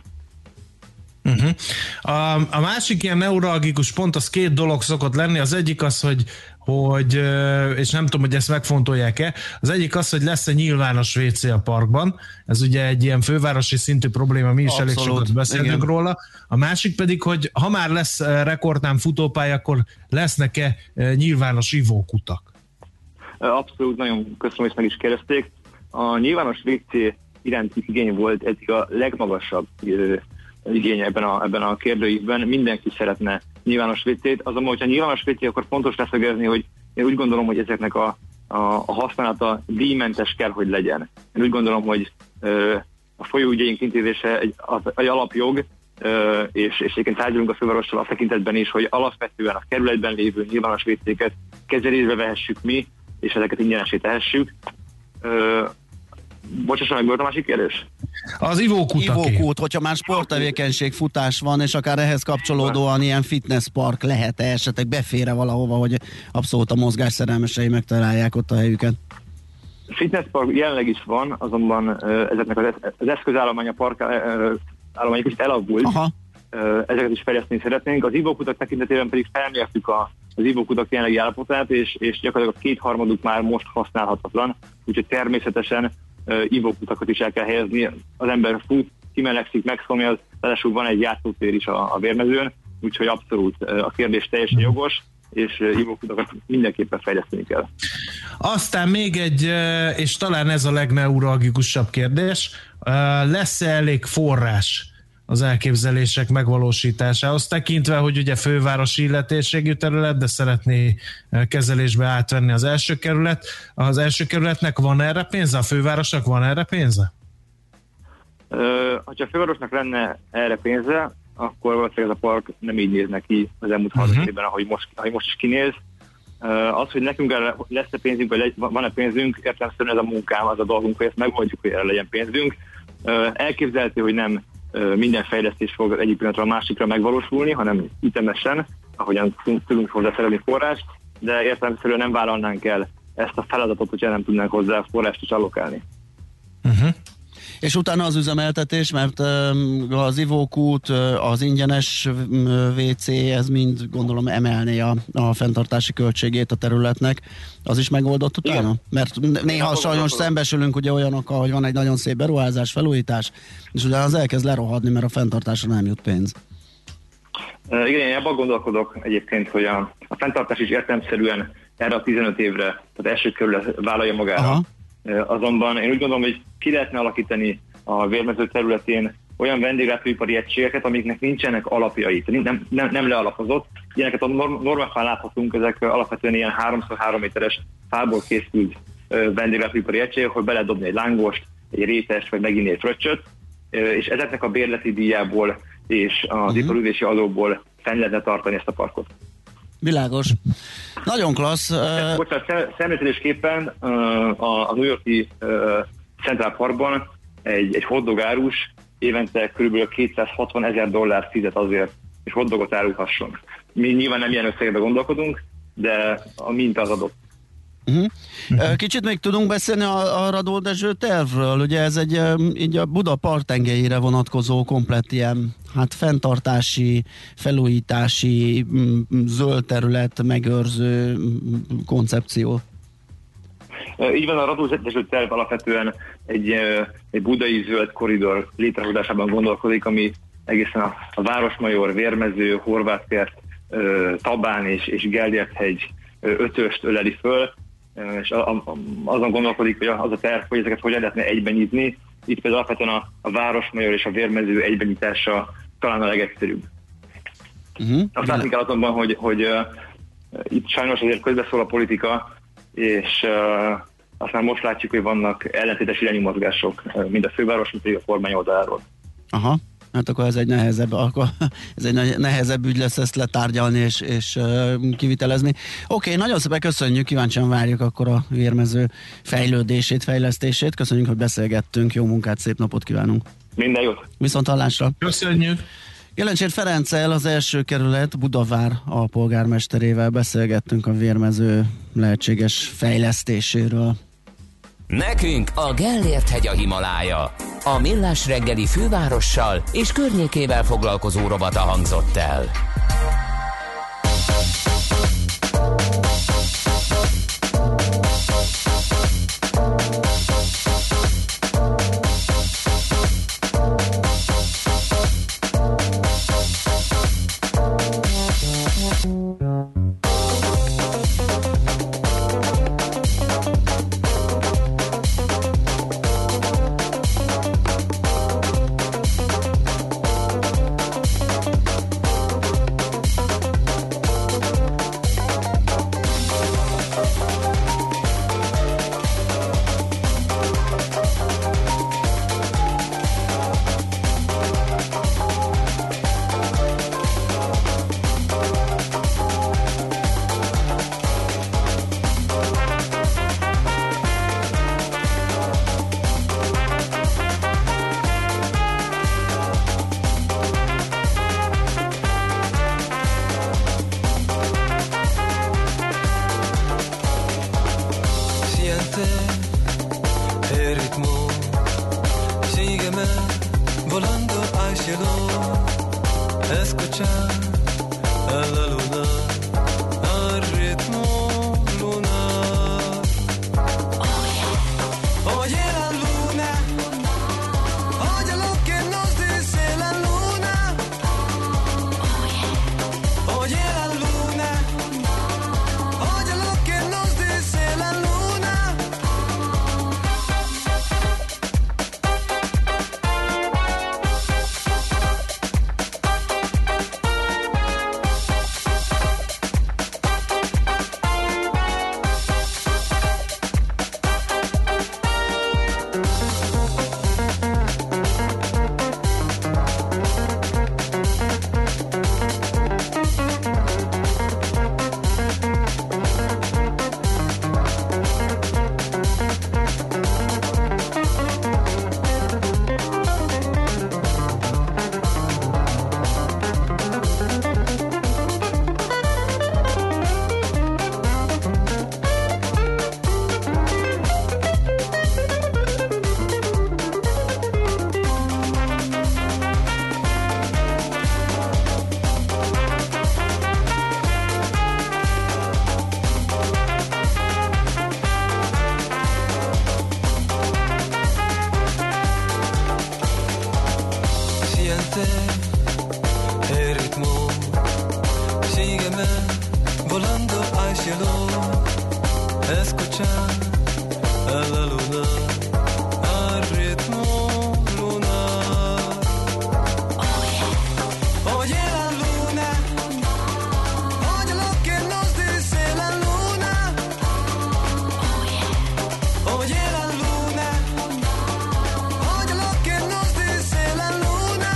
A másik ilyen neuralgikus pont az 2 dolog szokott lenni. Az egyik az, hogy és nem tudom, hogy ezt megfontolják-e, az egyik az, hogy lesz-e nyilvános WC a parkban. Ez ugye egy ilyen fővárosi szintű probléma, mi is abszolút, elég sokat beszélünk róla. A másik pedig, hogy ha már lesz rekordtán futópálya, akkor lesznek-e nyilvános ivókutak? Abszolút, nagyon köszönöm, hogy meg is kérdezték. A nyilvános WC iránti igény volt eddig a legmagasabb igény ebben a kérdőívben. Mindenki szeretne nyilvános WC-t, azonban, hogyha nyilvános WC, akkor fontos leszögezni, hogy én úgy gondolom, hogy ezeknek a használata díjmentes kell, hogy legyen. Én úgy gondolom, hogy a folyóügyeink intézése egy alapjog, és egyébként tárgyalunk a fővárossal a tekintetben is, hogy alapvetően a kerületben lévő nyilvános WC-ket kezelésbe vehessük mi, és ezeket ingyenesé tehessük. Bocsásson meg, volt a másik kérdés? Az ivókút, hogyha már sporttevékenység, futás van, és akár ehhez kapcsolódóan ilyen fitnesspark lehet-e esetleg befér valahova, hogy abszolút a mozgás szerelmesei megtalálják ott a helyüket? Fitnesspark jelenleg is van, azonban ezeknek az eszközállomány, a parkállomány kicsit elavult. Ezeket is fejleszteni szeretnénk. Az ivókutak tekintetében pedig felmértük az ivókutak jelenlegi állapotát, és gyakorlatilag a 2/3 már most használhatatlan, úgyhogy természetesen ivókutakat is el kell helyezni. Az ember fut, kimelegszik, megszomjaz, ráadásul van egy játszótér is a Vérmezőn, úgyhogy abszolút a kérdés teljesen jogos, és ivókutakat mindenképpen fejleszteni kell. Aztán még egy, és talán ez a legneuralgikusabb kérdés, lesz-e elég forrás az elképzelések megvalósításához, tekintve, hogy ugye fővárosi illetésségű terület, de szeretné kezelésbe átvenni az első kerület. Az első kerületnek van erre pénze? A fővárosnak van erre pénze? Ha a fővárosnak lenne erre pénze, akkor valószínűleg ez a park nem így néz neki az elmúlt 30 évben, ahogy most is kinéz. Az, hogy nekünk lesz-e pénzünk, vagy van-e pénzünk, értelemszerűen ez a munkám, az a dolgunk, hogy ezt megoldjuk, hogy erre legyen pénzünk. Elképzelhető, hogy nem minden fejlesztés fog egyik pillanatra a másikra megvalósulni, hanem ütemesen, ahogyan tudunk hozzá szerezni forrást, de értelemszerűen nem vállalnánk el ezt a feladatot, hogyha nem tudnánk hozzá forrást is allokálni. És utána az üzemeltetés, mert az ivókút, az ingyenes WC, ez mind gondolom emelné a fenntartási költségét a területnek. Az is megoldott utána? Igen. Mert néha sajnos szembesülünk ugye olyanokkal, hogy van egy nagyon szép beruházás, felújítás, és utána az elkezd lerohadni, mert a fenntartásra nem jut pénz. Igen, én abban gondolkodok egyébként, hogy a fenntartás is értelemszerűen erre a 15 évre, tehát első kerület vállalja magára. Azonban én úgy gondolom, hogy ki lehetne alakítani a vérmező területén olyan vendéglátóipari egységeket, amiknek nincsenek alapjai, nem lealapozott. Ilyeneket a normákban láthatunk, ezek alapvetően ilyen 3x3 méteres fából készült vendéglátóipari egységek, ahol be lehet dobni egy lángost, egy rétest, vagy megint egy fröccsöt, és ezeknek a bérleti díjából és az iparüzési adóból fenn lehetne tartani ezt a parkot. Világos. Nagyon klassz. Szemléltetésképpen a New York-i Central Parkban egy hotdog árus évente kb. $260,000 fizet azért, hogy hotdogot árulhasson. Mi nyilván nem ilyen összegben gondolkodunk, de a minta az adott. Kicsit még tudunk beszélni a Radó Dezső tervről. Ugye ez így a Buda parttengelyére vonatkozó komplett ilyen fenntartási, felújítási, zöld terület megőrző koncepció. Így van, a Radó Dezső terv alapvetően egy budai zöld korridor létrehozásában gondolkodik, ami egészen a Városmajor, Vérmező, Horváthkert, Tabán és Gellért-hegy ötöst öleli föl, és azon gondolkodik, hogy az a terv, hogy ezeket hogyan lehetne egyben nyitni. Itt például alapvetően a Városmajor és a Vérmező egybenyitása talán a legegyszerűbb. Azt látni kell azonban, hogy itt sajnos azért közbeszól a politika, és azt már most látjuk, hogy vannak ellentétes irányú mozgások, mind a főváros, mint pedig a kormány oldaláról. Aha. Hát akkor ez egy nehezebb ügy lesz ezt letárgyalni és kivitelezni. Oké, nagyon szépen köszönjük, kíváncsian várjuk akkor a Vérmező fejlődését, fejlesztését. Köszönjük, hogy beszélgettünk, jó munkát, szép napot kívánunk. Minden jót. Viszont hallásra. Köszönjük. Gelencsér Ferenccel, az első kerület Budavár alpolgármesterével beszélgettünk a Vérmező lehetséges fejlesztéséről. Nekünk a Gellért-hegy a Himalája. A Millás reggeli fővárossal és környékével foglalkozó rovata hangzott el. Sígueme volando al cielo, escucha a la luna, al ritmo lunar. Oye la luna, oye lo que nos dice la luna. Oye la luna, oye lo que nos dice la luna.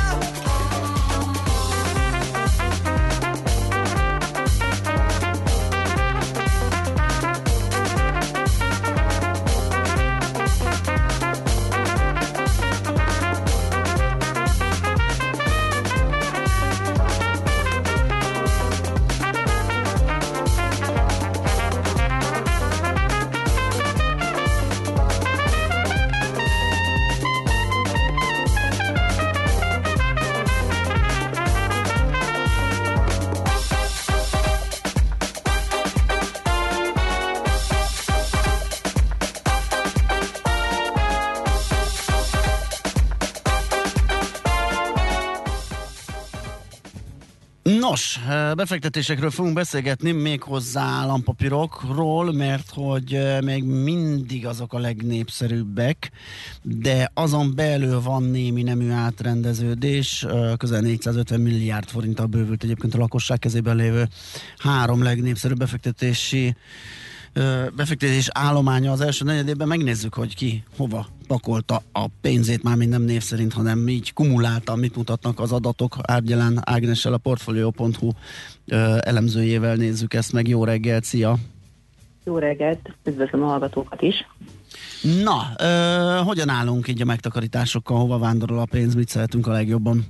Nos, befektetésekről fogunk beszélgetni, méghozzá állampapírokról, mert hogy még mindig azok a legnépszerűbbek, de azon belül van némi nemű átrendeződés, közel 450 milliárd forinttal bővült egyébként a lakosság kezében lévő 3 legnépszerűbb befektetés állománya az első negyedében. Megnézzük, hogy ki hova pakolta a pénzét, már nem név szerint, hanem így kumuláltan mit mutatnak az adatok. Árgyelen Ágnessel, a Portfolio.hu elemzőjével nézzük ezt meg. Jó reggelt, szia! Jó reggelt, üdvözlöm a hallgatókat is! Na, hogyan állunk így a megtakarításokkal, hova vándorol a pénz, mit szeretünk a legjobban?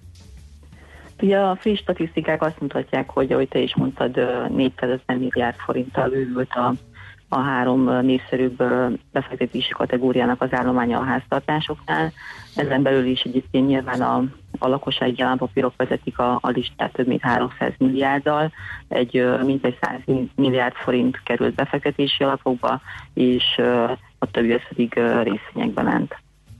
Ugye a friss statisztikák azt mutatják, hogy ahogy te is mondtad, 450 milliárd forinttal bővült a 3 népszerűbb befektetési kategóriának az állománya a háztartásoknál. Ezen belül is egyébként nyilván a lakossági állampapírok vezetik a listát több mint 300 milliárddal, mintegy 100 milliárd forint került befektetési alapokba, és a többi az pedig részvényekbe ment.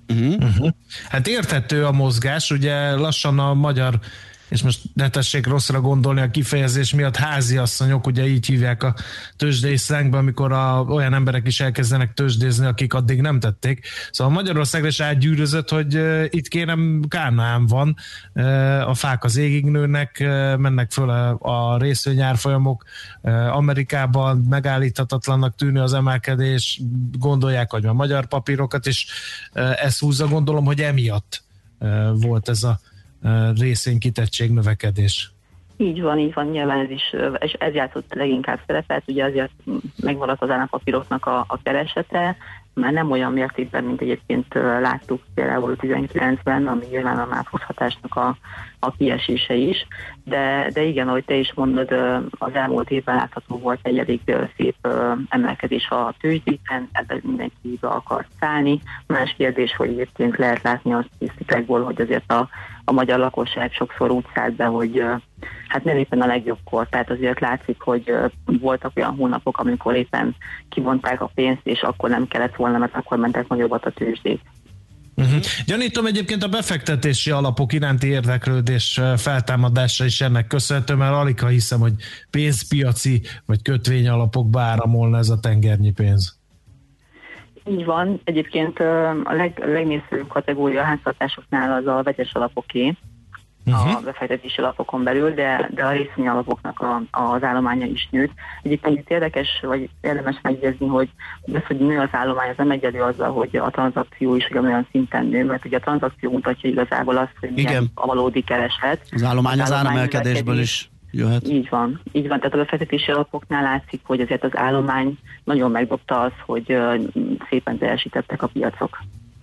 Hát érthető a mozgás, ugye lassan a magyar, és most ne tessék rosszra gondolni a kifejezés miatt, háziasszonyok, ugye így hívják a tőzsdei szlengben, amikor olyan emberek is elkezdenek tőzsdézni, akik addig nem tették. Szóval Magyarországra is átgyűrözött, hogy itt kérem Kánaán van, a fák az égig nőnek, mennek föl a részvényárfolyamok, Amerikában megállíthatatlannak tűnő az emelkedés, gondolják, hogy a magyar papírokat, és ezt húzza, gondolom, hogy emiatt volt ez a részvénykitettség növekedés. Így van, nyilván ez játszott leginkább szerepet, ugye azért megmaradt az állampapíroknak a keresete, már nem olyan mértékben, mint egyébként láttuk például 19-ben, ami nyilván a MÁV hatásnak a kiesése is, de igen, ahogy te is mondod, az elmúlt évben látható volt egy elég szép emelkedés a tőzsdéken, ebben mindenki be akart szállni. Más kérdés, hogy egyébként lehet látni a statisztikákból, hogy azért a magyar lakosság sokszor úgy szállt be, hogy hát nem éppen a legjobbkor, tehát azért látszik, hogy voltak olyan hónapok, amikor éppen kivonták a pénzt, és akkor nem kellett volna, mert akkor mentek nagyobbat a tőzsdék. Gyanítom egyébként a befektetési alapok iránti érdeklődés feltámadása is ennek köszönhető, mert alig hiszem, hogy pénzpiaci vagy kötvényalapokba áramolna ez a tengernyi pénz. Így van, egyébként a legnépszerűbb kategória a háztartásoknál az a vegyes alapoké, a befektetési alapokon belül, de a részvényalapoknak az állománya is nőtt. Egyébként itt érdekes, vagy érdemes megjegyezni, hogy az, hogy nő az állomány, az nem egyenlő azzal, hogy a tranzakció is olyan szinten nő, mert ugye a tranzakció mutatja igazából azt, hogy milyen a valódi kereslet. Az állomány az áramelkedésből is jöhet. Így van. Tehát a befektetési alapoknál látszik, hogy azért az állomány nagyon megdobta az, hogy szépen teljesítettek a piacok.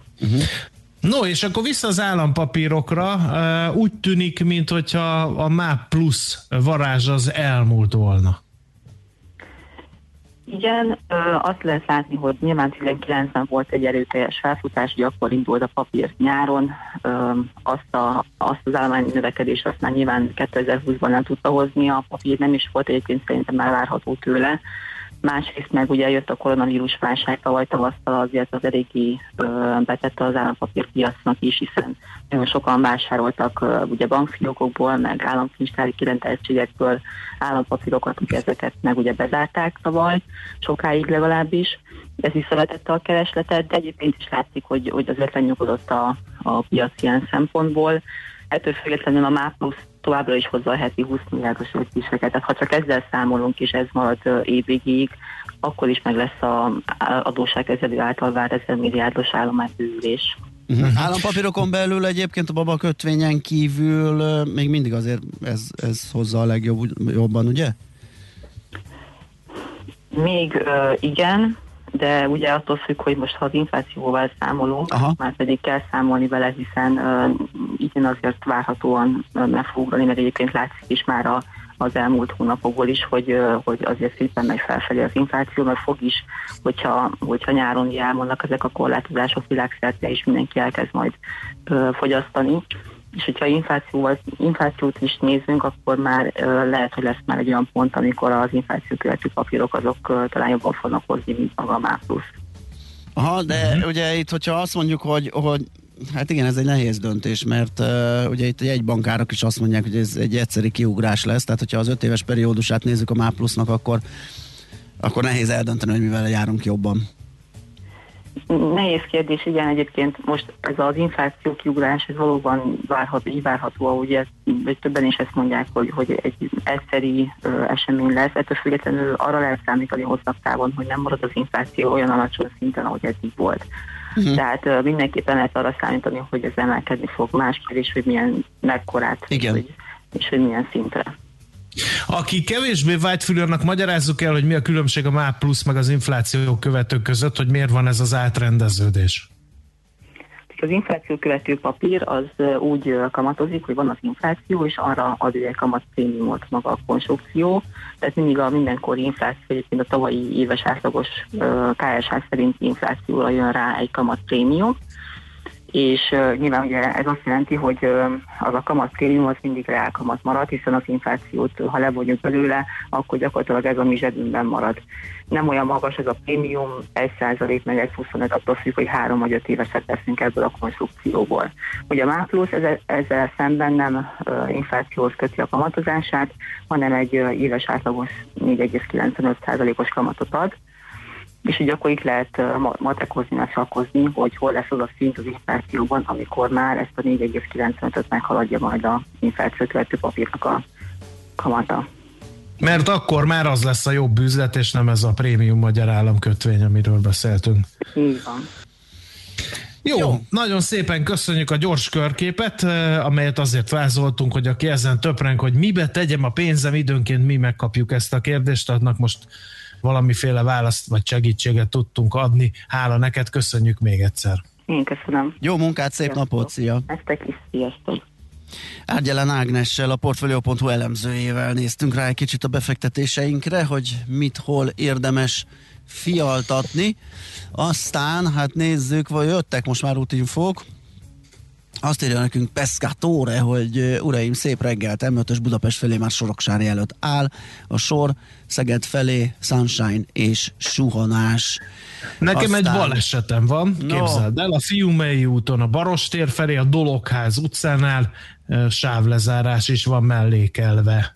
No, és akkor vissza az állampapírokra. Úgy tűnik, mintha a MÁV plusz varázs az elmúlt volna. Igen, azt lehet látni, hogy nyilván 19-ben volt egy erőteljes felfutás, hogy akkor indult a papír nyáron, azt az állomány növekedést azt már nyilván 2020-ban nem tudta hozni, a papír nem is volt egyébként szerintem már várható tőle. Másrészt meg ugye jött a koronavírus válság tavaly tavasztal, azért az eléggé betette az állampapírpiacnak is, hiszen nagyon sokan vásároltak ugye bankfiókokból, meg államkincstári kirendeltségekből állampapírokat, ezeket meg ugye bezárták tavaly, sokáig legalábbis, ez visszavetette a keresletet, de egyébként is látszik, hogy azért lenyugodott a piac ilyen szempontból. Ettől függetlenül a MÁ+ továbbra is hozza a heti 20 milliárdos értékeket, tehát ha csak ezzel számolunk, és ez marad évvégéig, akkor is meg lesz az adósságkezelő által várt 1000 milliárdos állománybővülés. Állampapírokon belül egyébként a babakötvényen kívül még mindig azért ez hozza a legjobban, ugye? Még igen, de ugye attól függ, hogy most ha az inflációval számolunk, már pedig kell számolni vele, hiszen igen azért várhatóan meg fog ugrani, mert egyébként látszik is már az elmúlt hónapokból is, hogy azért szépen megy felfelé az infláció, mert fog is, hogyha nyáron elmondnak ezek a korlátozások világszerte, és mindenki elkezd majd fogyasztani. És hogyha inflációt is nézzünk, akkor már lehet, hogy lesz már egy olyan pont, amikor az infláció követő papírok azok talán jobban fognak hozni, mint maga a MÁ+. Aha, de ugye itt, hogyha azt mondjuk, hogy hát igen, ez egy nehéz döntés, mert ugye itt a jegybankárok is azt mondják, hogy ez egy egyszeri kiugrás lesz, tehát hogyha az 5 éves periódusát nézzük a MÁ+-nak, akkor nehéz eldönteni, hogy mivel járunk jobban. Nehéz kérdés, igen, egyébként most ez az infláció kiugrás, ez valóban várható, ugye többen is ezt mondják, hogy egy egyszeri esemény lesz, ettől függetlenül arra lehet számítani hosszabb távon, hogy nem marad az infláció olyan alacsony szinten, ahogy eddig volt. Tehát mindenképpen lehet arra számítani, hogy ez emelkedni fog, más kérdés, hogy milyen mekkorát, és hogy milyen szintre. Aki kevésbé vágyfülű, annak magyarázzuk el, hogy mi a különbség a MÁ+ meg az infláció követő között, hogy miért van ez az átrendeződés. Az infláció követő papír az úgy kamatozik, hogy van az infláció, és arra ad egy kamatprémiumot maga a konstrukció. Tehát mindig a mindenkori infláció, egyébként a tavalyi éves átlagos KSH szerinti inflációra jön rá egy kamatprémium. És nyilván ugye ez azt jelenti, hogy az a kamatprémium az mindig reálkamat marad, hiszen az inflációt, ha levonjuk belőle, akkor gyakorlatilag ez a mi zsebünkben marad. Nem olyan magas ez a prémium, 1% meg 1,25, attól függ, hogy 3 vagy 5 éveset teszünk ebből a konstrukcióból. Ugye a MÁ+ ezzel szemben nem inflációhoz köti a kamatozását, hanem egy éves átlagos 4,95%-os kamatot ad, és ugye akkor itt lehet matekozni, szakkozni, hogy hol lesz az a szint az inflációban, amikor már ezt a 4,95-öt meghaladja majd az infláció követő papírnak a kamata. Mert akkor már az lesz a jobb üzlet, és nem ez a prémium magyar államkötvény, amiről beszéltünk. Így van. Jó, nagyon szépen köszönjük a gyors körképet, amelyet azért vázoltunk, hogy aki ezen töpreng, hogy mibe tegyem a pénzem, időnként mi megkapjuk ezt a kérdést, annak most valamiféle választ vagy segítséget tudtunk adni. Hála neked, köszönjük még egyszer. Én köszönöm. Jó munkát, szép napot, szia! Nektek is, sziasztok! Árgyelen Ágnessel, a Portfolio.hu elemzőjével néztünk rá egy kicsit a befektetéseinkre, hogy mit, hol érdemes fialtatni. Aztán, hát nézzük, vagy jöttek most már útinfók. Azt írja nekünk Pescatore, hogy uraim, szép reggelt, M5-ös Budapest felé már Soroksári előtt áll a sor, Szeged felé Sunshine és suhanás. Nekem egy balesetem van, képzeld el, a Fiumei úton, a Barostér felé, a Dologház utcánál sávlezárás is van mellékelve.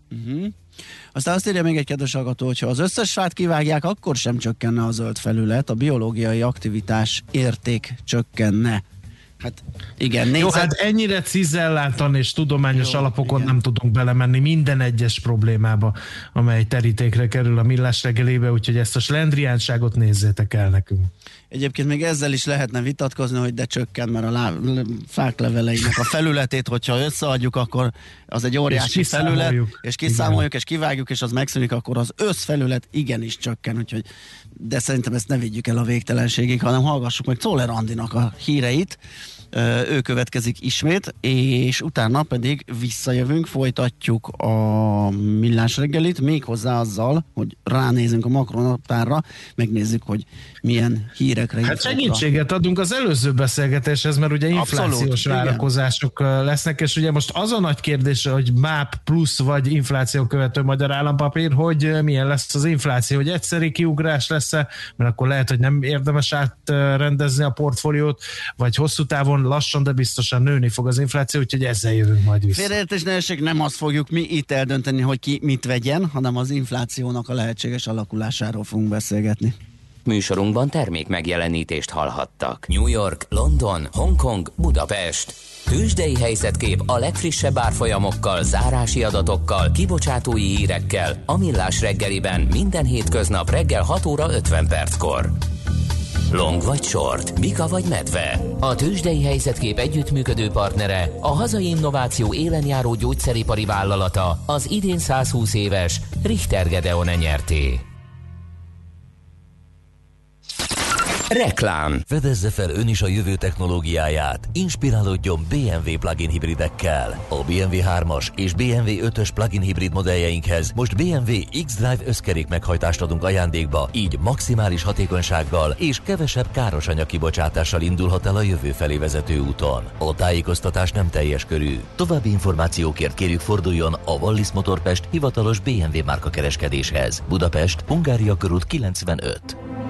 Aztán azt írja még egy kedves hallgató, hogy ha az összes fát kivágják, akkor sem csökkenne a zöld felület, a biológiai aktivitás érték csökkenne. Hát igen, Jó, hát ennyire cizelláltan és tudományos alapokon nem tudunk belemenni minden egyes problémába, amely terítékre kerül a Millás reggelébe, úgyhogy ezt a slendriánságot nézzétek el nekünk. Egyébként még ezzel is lehetne vitatkozni, hogy de csökken, mert a fák leveleinek a felületét, hogyha összeadjuk, akkor az egy óriási felület, és kiszámoljuk, és kivágjuk, és az megszűnik, akkor az összfelület igenis csökken, úgyhogy de szerintem ezt ne vigyük el a végtelenségig, hanem hallgassuk meg Czoller Andinak a híreit. Ő következik ismét, és utána pedig visszajövünk, folytatjuk a Millás reggelit, méghozzá azzal, hogy ránézünk a makronaptárra, megnézzük, hogy milyen hírekre Hát segítséget adunk az előző beszélgetéshez, mert ugye inflációs várakozások lesznek, és ugye most az a nagy kérdés, hogy MÁP plusz vagy infláció követő magyar állampapír, hogy milyen lesz az infláció, hogy egyszeri kiugrás lesz-e, mert akkor lehet, hogy nem érdemes átrendezni a portfóliót, vagy hosszú távon lassan, de biztosan nőni fog az infláció, úgyhogy ezzel jövünk majd vissza. Félreértés ne essék, nem azt fogjuk mi itt eldönteni, hogy ki mit vegyen, hanem az inflációnak a lehetséges alakulásáról fogunk beszélgetni. műsorunkban termék megjelenítést hallhattak. New York, London, Hongkong, Budapest. Tőzsdei helyzetkép a legfrissebb árfolyamokkal, zárási adatokkal, kibocsátói hírekkel a Millás reggeliben minden hétköznap reggel 6 óra 50 perckor. Long vagy short, bika vagy medve. A Tőzsdei helyzetkép együttműködő partnere, a hazai innováció élenjáró gyógyszeripari vállalata, az idén 120 éves Richter Gedeon nyerté. Reklám. Fedezze fel ön is a jövő technológiáját. Inspirálódjon BMW plug-in hibridekkel. A BMW 3-as és BMW 5-ös plug-in hibrid modelljeinkhez most BMW X-Drive összkerék meghajtást adunk ajándékba, így maximális hatékonysággal és kevesebb káros anyagkibocsátással indulhat el a jövő felé vezető úton. A tájékoztatás nem teljes körű. További információkért kérjük forduljon a Wallis Motor Pest hivatalos BMW márka kereskedéshez. Budapest, Hungária körút 95.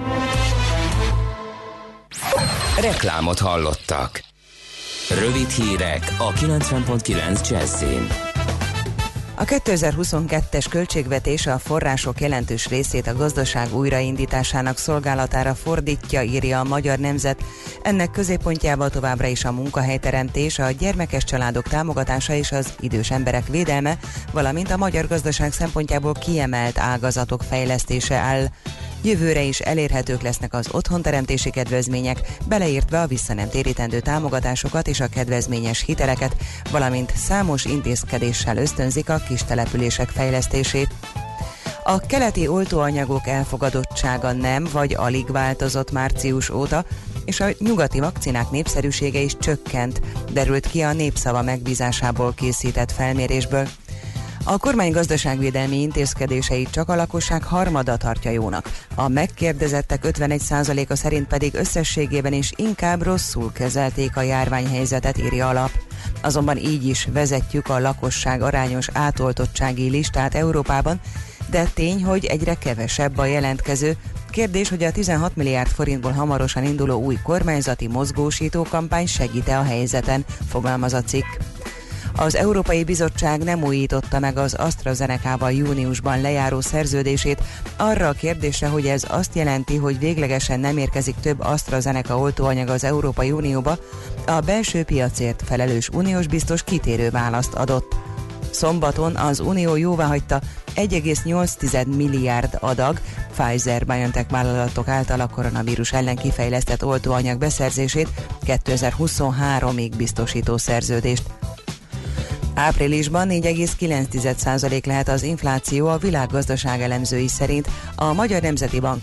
Reklámot hallottak. Rövid hírek a 90.9 Jazzin. A 2022-es költségvetés a források jelentős részét a gazdaság újraindításának szolgálatára fordítja, írja a Magyar Nemzet. Ennek középpontjába továbbra is a munkahelyteremtés, a gyermekes családok támogatása és az idős emberek védelme, valamint a magyar gazdaság szempontjából kiemelt ágazatok fejlesztése áll. Jövőre is elérhetők lesznek az otthonteremtési kedvezmények, beleértve a visszanemtérítendő támogatásokat és a kedvezményes hiteleket, valamint számos intézkedéssel ösztönzik a kistelepülések fejlesztését. A keleti oltóanyagok elfogadottsága nem vagy alig változott március óta, és a nyugati vakcinák népszerűsége is csökkent, derült ki a Népszava megbízásából készített felmérésből. A kormány gazdaságvédelmi intézkedéseit csak a lakosság harmada tartja jónak. A megkérdezettek 51%-a szerint pedig összességében is inkább rosszul kezelték a járványhelyzetet, írja a lap. Azonban így is vezetjük a lakosság arányos átoltottsági listát Európában, de tény, hogy egyre kevesebb a jelentkező. Kérdés, hogy a 16 milliárd forintból hamarosan induló új kormányzati mozgósító kampány segít-e a helyzeten, fogalmaz a cikk. Az Európai Bizottság nem újította meg az AstraZenecával júniusban lejáró szerződését. Arra a kérdésre, hogy ez azt jelenti, hogy véglegesen nem érkezik több AstraZeneca oltóanyag az Európai Unióba, a belső piacért felelős uniós biztos kitérő választ adott. Szombaton az Unió jóváhagyta 1,8 milliárd adag Pfizer-BioNTech vállalatok által a koronavírus ellen kifejlesztett oltóanyag beszerzését, 2023-ig biztosító szerződést. Áprilisban 4,9% lehet az infláció a világgazdaság elemzői szerint. A Magyar Nemzeti Bank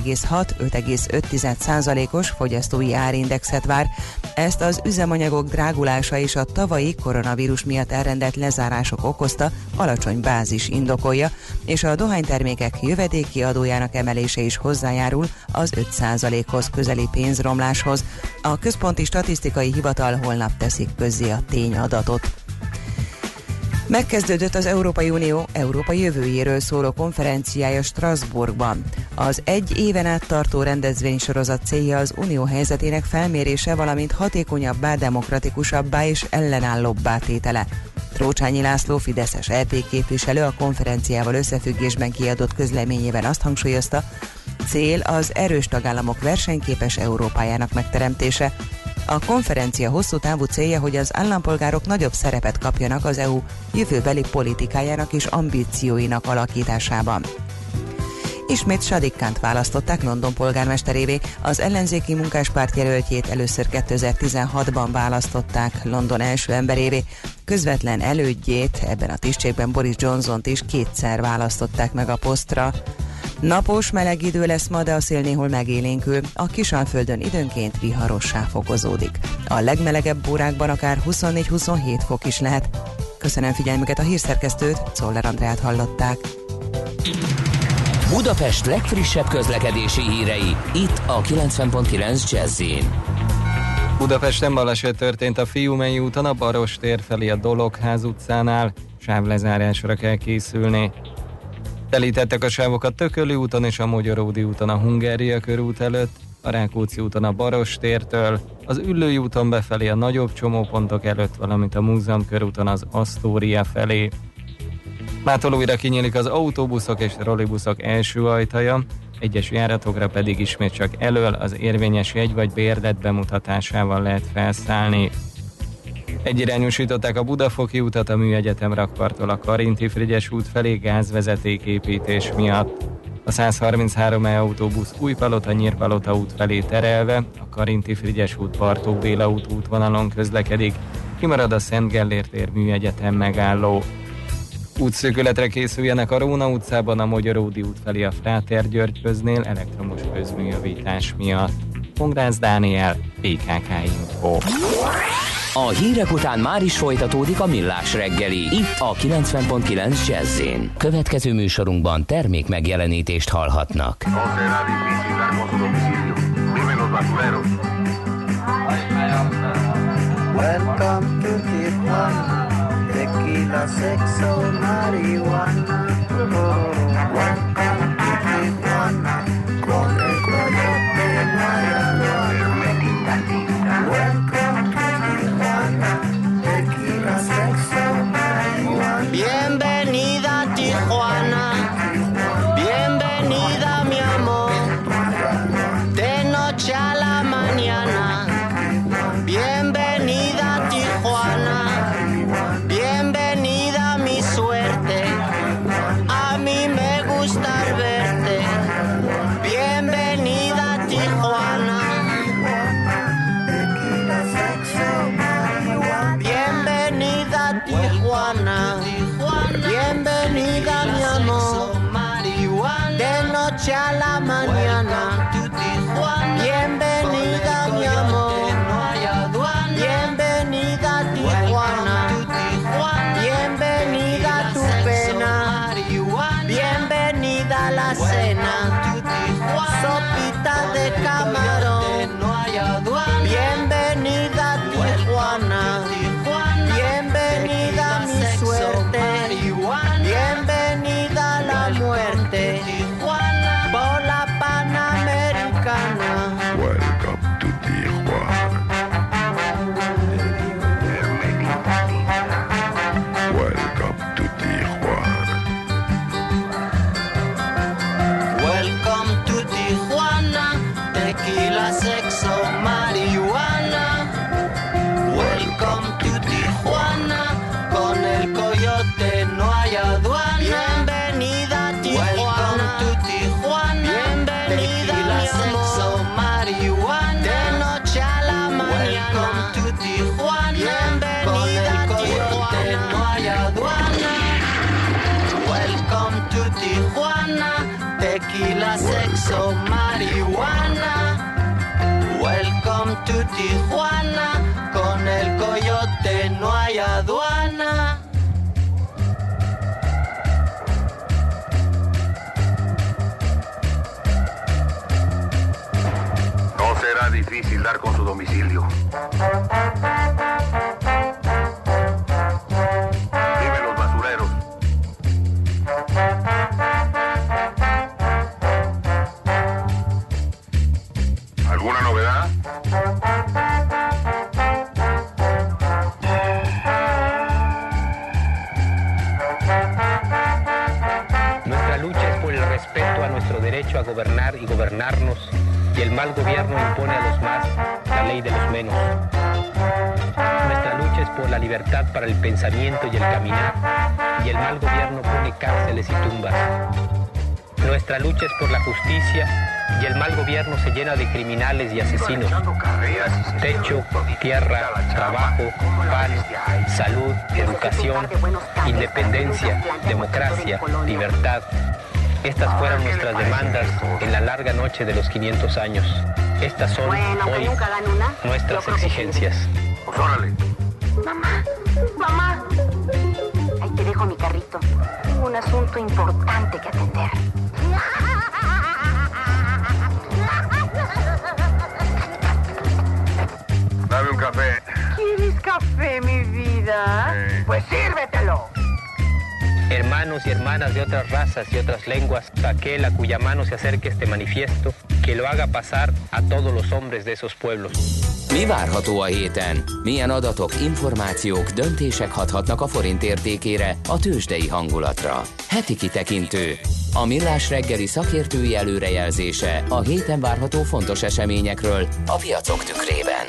4,6-5,5%-os fogyasztói árindexet vár. Ezt az üzemanyagok drágulása és a tavalyi koronavírus miatt elrendelt lezárások okozta alacsony bázis indokolja, és a dohánytermékek jövedéki adójának emelése is hozzájárul az 5%-hoz közeli pénzromláshoz. A Központi Statisztikai Hivatal holnap teszik közzé a tényadatot. Megkezdődött az Európai Unió Európa jövőjéről szóló konferenciája Strasbourgban. Az egy éven át tartó rendezvénysorozat célja az unió helyzetének felmérése, valamint hatékonyabbá, demokratikusabbá és ellenállóbbá tétele. Trócsányi László, fideszes EP képviselő a konferenciával összefüggésben kiadott közleményében azt hangsúlyozta, cél az erős tagállamok versenyképes Európájának megteremtése. A konferencia hosszú távú célja, hogy az állampolgárok nagyobb szerepet kapjanak az EU jövőbeli politikájának és ambícióinak alakításában. Ismét Sadiq Kant választották London polgármesterévé, az ellenzéki munkáspárt jelöltjét először 2016-ban választották London első emberévé, közvetlen elődjét, ebben a tisztségben Boris Johnsont is kétszer választották meg a posztra. Napos, meleg idő lesz ma, de a szél néhol megélénkül, a Kisalföldön időnként viharossá fokozódik. A legmelegebb órákban akár 24-27 fok is lehet. Köszönöm figyelmüket, a hírszerkesztőt, Czoller Andrát hallották. Budapest legfrissebb közlekedési hírei, itt a 90.9 Jazz-in. Budapesten baleset történt a Fiumei úton, a Baros tér felé a Dologház utcánál, sávlezárásra kell készülni. Telítettek a sávok a Tököli úton és a Mogyoródi úton a Hungária körút előtt, a Rákóczi úton a Baros tértől, az Üllői úton befelé a nagyobb csomópontok előtt, valamint a Múzeum körúton az Asztória felé. Mától újra kinyílik az autóbuszok és trollibuszok első ajtaja, egyes járatokra pedig ismét csak elől az érvényes jegy vagy bérlet bemutatásával lehet felszállni. Egyirányosították a Budafoki utat a Műegyetem rakparttól a Karinti-Frigyes út felé gázvezetéképítés miatt. A 133E autóbusz Újpalota-Nyírpalota út felé terelve a Karinti-Frigyes út Bartók Béla út útvonalon közlekedik, kimarad a Szent Gellért tér Műegyetem megálló. Útszűkületre készüljenek a Róna utcában a Mogyoródi út felé a Fráter György köznél elektromos közműjavítás miatt. Pongrász Dániel, PKK Info. A hírek után már is folytatódik a Millás reggeli, itt a 90.9 Jazz-in. Következő műsorunkban termék megjelenítést hallhatnak. Welcome to Tijuana, tequila, sexo, marihuana. Welcome to Tijuana, con el coyote Welcome to Tijuana, tequila, sexo, marihuana. Bienvenida a Tijuana, bienvenida mi amor, de noche a la mañana. Bienvenida a Tijuana, bienvenida mi suerte, a mí me gusta verte. Bienvenida a Tijuana, bienvenida a Tijuana, bienvenida mi amor, de noche a la mañana. Bienvenida mi amor, bienvenida a Tijuana, bienvenida a tu pena, bienvenida a la cena, sopita de camarón, bienvenida a Tijuana, bienvenida a mi suerte, bienvenida a la muerte, por la Panamericana. Welcome to Tijuana. Welcome to Tijuana. Welcome to Tijuana, tequila, sexo, marihuana. Welcome to Tijuana, con el coyote no hay aduana. Bienvenida a Tijuana, welcome to Tijuana, bienvenida a sexo, marihuana. De noche a la mañana, welcome to Tijuana, bienvenida a Tijuana, no hay aduana. Welcome to Tijuana, tequila, sexo, marihuana. Welcome to Tijuana, con el coyote no hay aduana. No será difícil dar con su domicilio. Dime los basureros. ¿Alguna novedad? Nuestra lucha es por el respeto a nuestro derecho a gobernar y gobernarnos, y el mal gobierno impone a los más la ley de los menos. Nuestra lucha es por la libertad para el pensamiento y el caminar, y el mal gobierno pone cárceles y tumbas. Nuestra lucha es por la justicia, y el mal gobierno se llena de criminales y asesinos. Techo, tierra, trabajo, pan, salud, educación, independencia, democracia, libertad. Estas fueron nuestras demandas en la larga noche de los 500 años. Estas son hoy nuestras exigencias. Pues órale. Mamá, ahí te dejo mi carrito. Tengo un asunto importante que atender. Dame un café. ¿Quieres café, mi vida? Pues sírvetelo. Hermanos y hermanas de otras razas y otras lenguas, aquel a cuya mano se acerque este manifiesto, que lo haga pasar a todos los hombres de esos pueblos. Mi várható a héten? Milyen adatok, információk, döntések hathatnak a forint értékére, a tőzsdei hangulatra? Heti kitekintő. A Millás reggeli szakértői előrejelzése a héten várható fontos eseményekről a piacok tükrében.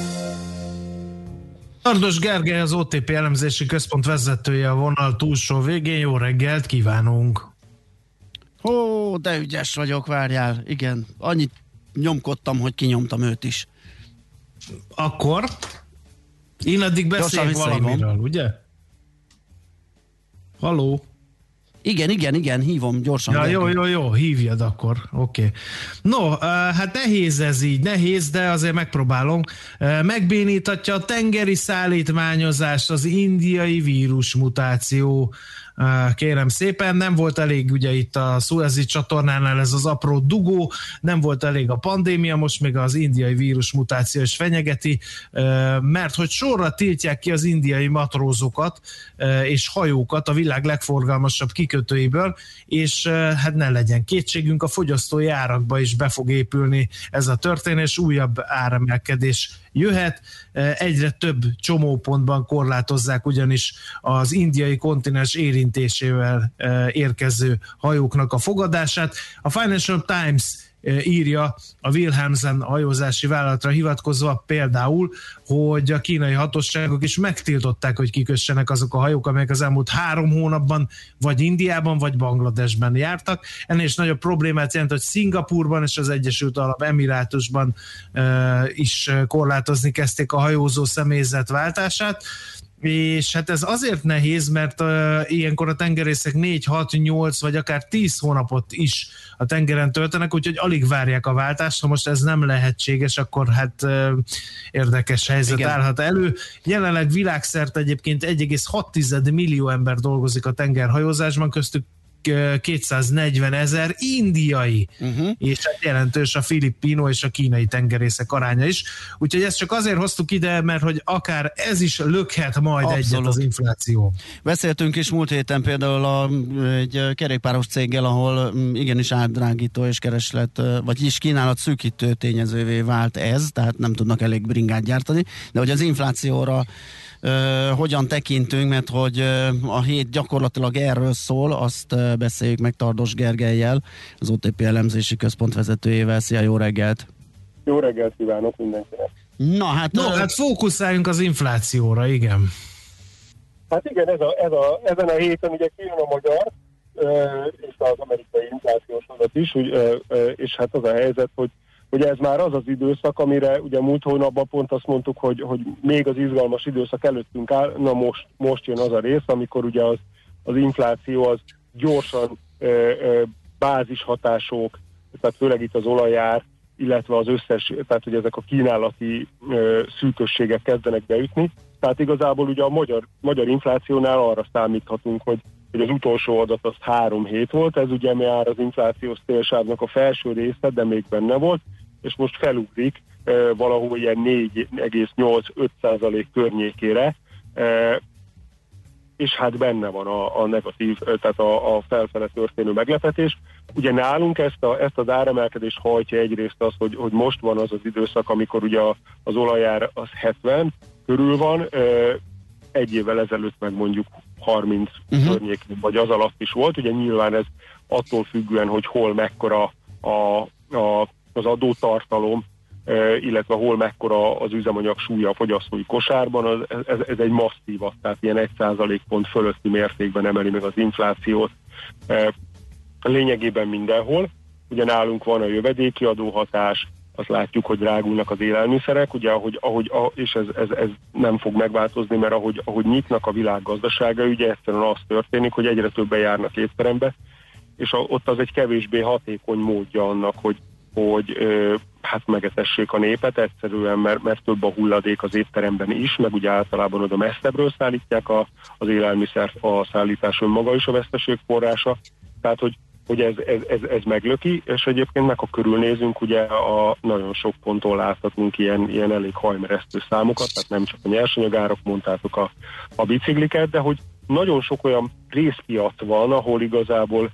Tardos Gergely, az OTP elemzési központ vezetője a vonal túlsó végén. Jó reggelt kívánunk! De ügyes vagyok, várjál. Igen, annyit nyomkodtam, hogy kinyomtam őt is. Akkor én addig beszélek valamiről, ugye? Halló? Igen, hívom gyorsan. Ja, jó, hívjad akkor, oké. No, hát nehéz ez így, de azért megpróbálom. Megbénítatja a tengeri szállítmányozást az indiai vírusmutáció. Kérem szépen, nem volt elég ugye itt a Szuezi csatornánál ez az apró dugó, nem volt elég a pandémia, most még az indiai vírusmutáció is fenyegeti, mert hogy sorra tiltják ki az indiai matrózokat és hajókat a világ legforgalmasabb kikötőiből, és hát ne legyen kétségünk, a fogyasztói árakba is be fog épülni ez a történés, újabb áremelkedés jöhet. Egyre több csomópontban korlátozzák ugyanis az indiai kontinens érintésével érkező hajóknak a fogadását. A Financial Times írja a Wilhelmsen hajózási vállalatra hivatkozva például, hogy a kínai hatóságok is megtiltották, hogy kikössenek azok a hajók, amelyek az elmúlt 3 hónapban vagy Indiában, vagy Bangladesben jártak. Ennél is nagyobb problémát jelent, hogy Szingapurban és az Egyesült Arab Emirátusban is korlátozni kezdték a hajózó személyzet váltását. És hát ez azért nehéz, mert ilyenkor a tengerészek 4, 6, 8 vagy akár 10 hónapot is a tengeren töltenek, úgyhogy alig várják a váltást. Ha most ez nem lehetséges, akkor hát érdekes helyzet állhat elő. Jelenleg világszerte egyébként 1,6 millió ember dolgozik a tengerhajózásban, köztük 240 000 indiai, és hát jelentős a filippino és a kínai tengerészek aránya is. Úgyhogy ezt csak azért hoztuk ide, mert hogy akár ez is lökhet majd egyet az infláció. Beszéltünk is múlt héten például egy kerékpáros céggel, ahol igenis átdrágító és kereslet, vagyis kínálat szűkítő tényezővé vált ez, tehát nem tudnak elég bringát gyártani, de hogy az inflációra hogyan tekintünk, mert hogy a hét gyakorlatilag erről szól, azt beszéljük meg Tardos Gergellyel, az OTP elemzési központ vezetőjével. Szia, jó reggelt! Jó reggelt kívánok mindenkinek! Hát fókuszáljunk az inflációra, igen. Hát igen, ezen a héten ugye kijön a magyar és az amerikai inflációs adat is, és hát az a helyzet, hogy ez már az az időszak, amire ugye múlt hónapban pont azt mondtuk, hogy még az izgalmas időszak előttünk áll, na most jön az a rész, amikor ugye az infláció az gyorsan bázishatások, tehát főleg itt az olajár, illetve az összes, tehát hogy ezek a kínálati szűkösségek kezdenek beütni. Tehát igazából ugye a magyar inflációnál arra számíthatunk, hogy az utolsó adat az 3 hét volt, ez ugye már az inflációs célsávnak a felső része, de még benne volt, és most felugrik valahol ilyen 4,8-5% környékére, és hát benne van a negatív, tehát a felfele történő meglepetés. Ugye nálunk ezt az áremelkedést hajtja egyrészt az, hogy most van az az időszak, amikor ugye az olajár az 70 körül van, egy évvel ezelőtt meg mondjuk 30 környékén, vagy az alatt is volt. Ugye nyilván ez attól függően, hogy hol mekkora az adótartalom, illetve hol mekkora az üzemanyag súlya a fogyasztói kosárban, ez egy masszívat, tehát ilyen 1% pont fölötti mértékben emeli meg az inflációt lényegében mindenhol. Ugye nálunk van a jövedéki adóhatás, azt látjuk, hogy drágulnak az élelmiszerek, ugye és ez nem fog megváltozni, mert ahogy nyitnak a világgazdasága, ugye egyszerűen az történik, hogy egyre többen járnak étterembe, és ott az egy kevésbé hatékony módja annak, hogy hát megetessék a népet, egyszerűen, mert több a hulladék az étteremben is, meg ugye általában oda messzebbről szállítják az élelmiszer, a szállítás önmaga is a veszteség forrása, tehát hogy ez meglöki, és egyébként meg ha körülnézünk, ugye nagyon sok ponton láthatunk ilyen elég hajmeresztő számokat, tehát nem csak a nyersanyagárak, mondtátok a bicikliket, de hogy nagyon sok olyan részpiac van, ahol igazából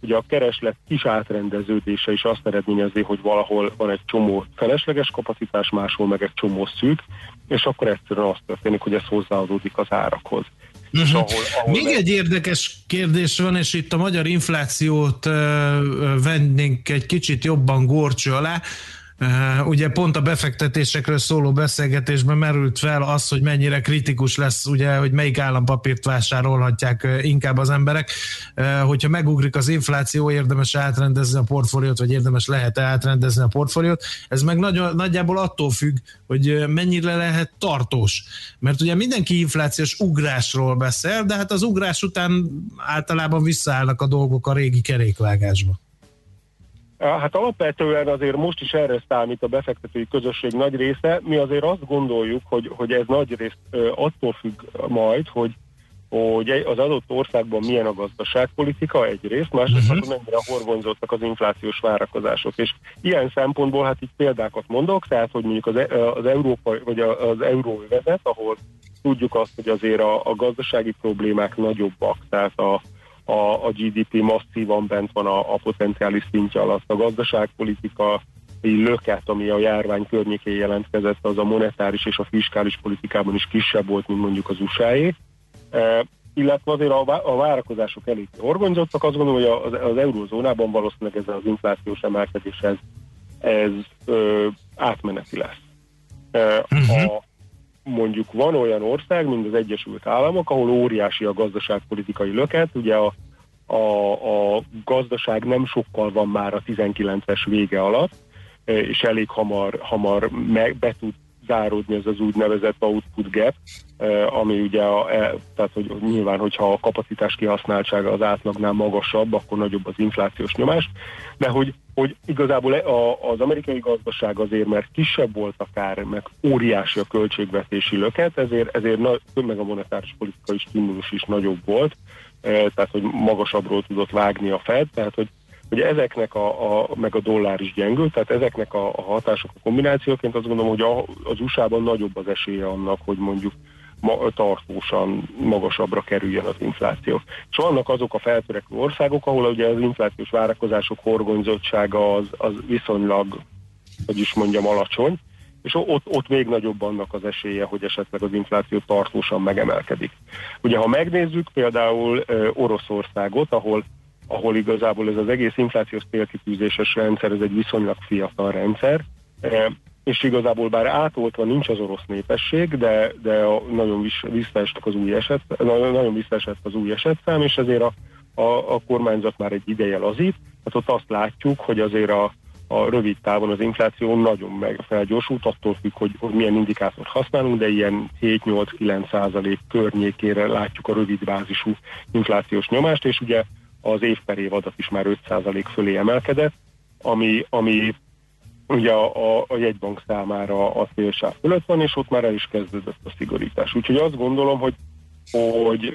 ugye a kereslet kis átrendeződése is azt eredményezi, hogy valahol van egy csomó felesleges kapacitás, máshol meg egy csomó szűk, és akkor egyszerűen azt történik, hogy ez hozzáadódik az árakhoz. Uh-huh. Még egy érdekes kérdés van, és itt a magyar inflációt vennénk egy kicsit jobban górcső alá. Ugye pont a befektetésekről szóló beszélgetésben merült fel az, hogy mennyire kritikus lesz, ugye, hogy melyik állampapírt vásárolhatják inkább az emberek. Hogyha megugrik az infláció, érdemes átrendezni a portfóliót, vagy érdemes lehet átrendezni a portfóliót. Ez meg nagyjából attól függ, hogy mennyire lehet tartós. Mert ugye mindenki inflációs ugrásról beszél, de hát az ugrás után általában visszaállnak a dolgok a régi kerékvágásba. Hát alapvetően azért most is erre számít a befektetői közösség nagy része. Mi azért azt gondoljuk, hogy ez nagy részt attól függ majd, hogy az adott országban milyen a gazdaságpolitika egyrészt, másrészt mennyire horgonzottak az inflációs várakozások. És ilyen szempontból hát itt példákat mondok, tehát hogy mondjuk az európai, vagy az euróövezet, ahol tudjuk azt, hogy azért a gazdasági problémák nagyobbak, tehát a GDP masszívan bent van a potenciális szintje alatt. A gazdaságpolitikai löket, ami a járvány környékén jelentkezett, az a monetáris és a fiskális politikában is kisebb volt, mint mondjuk az USA-é. Illetve azért a várakozások elég horgonyzottak. Azt gondolom, hogy az eurózónában valószínűleg ez az inflációs emelkedés ez átmeneti lesz. Mondjuk van olyan ország, mint az Egyesült Államok, ahol óriási a gazdaságpolitikai löket, ugye a gazdaság nem sokkal van már a 19-es vége alatt, és elég hamar be tud záródni ez az úgynevezett output gap, ami ugye, tehát hogy nyilván, hogyha a kapacitás kihasználtsága az átlagnál magasabb, akkor nagyobb az inflációs nyomás, de hogy igazából az amerikai gazdaság azért, mert kisebb volt akár, meg óriási a költségvetési löket, ezért meg a monetáris politikai stimulus is nagyobb volt, tehát hogy magasabbról tudott vágni a Fed, tehát hogy ezeknek meg a dollár is gyengül, tehát ezeknek a hatások a kombinációként azt gondolom, hogy az USA-ban nagyobb az esélye annak, hogy mondjuk tartósan magasabbra kerüljen az infláció. És vannak azok a feltörekvő országok, ahol ugye az inflációs várakozások horgonyzottsága az viszonylag, hogy is mondjam, alacsony, és ott még nagyobb annak az esélye, hogy esetleg az infláció tartósan megemelkedik. Ugye ha megnézzük például Oroszországot, ahol igazából ez az egész inflációs célkitűzéses rendszer, ez egy viszonylag fiatal rendszer, és igazából bár átoltva nincs az orosz népesség, de nagyon visszaesett az új esetszám, és ezért a kormányzat már egy ideje lazít. Hát ott azt látjuk, hogy azért a rövid távon az infláció nagyon felgyorsult, attól függ, hogy milyen indikátort használunk, de ilyen 7-8-9% környékére látjuk a rövid bázisú inflációs nyomást, és ugye az év per év adat is már 5% fölé emelkedett, ami ugye a jegybank számára a célsáv fölött van, és ott már el is kezdődött a szigorítás. Úgyhogy azt gondolom, hogy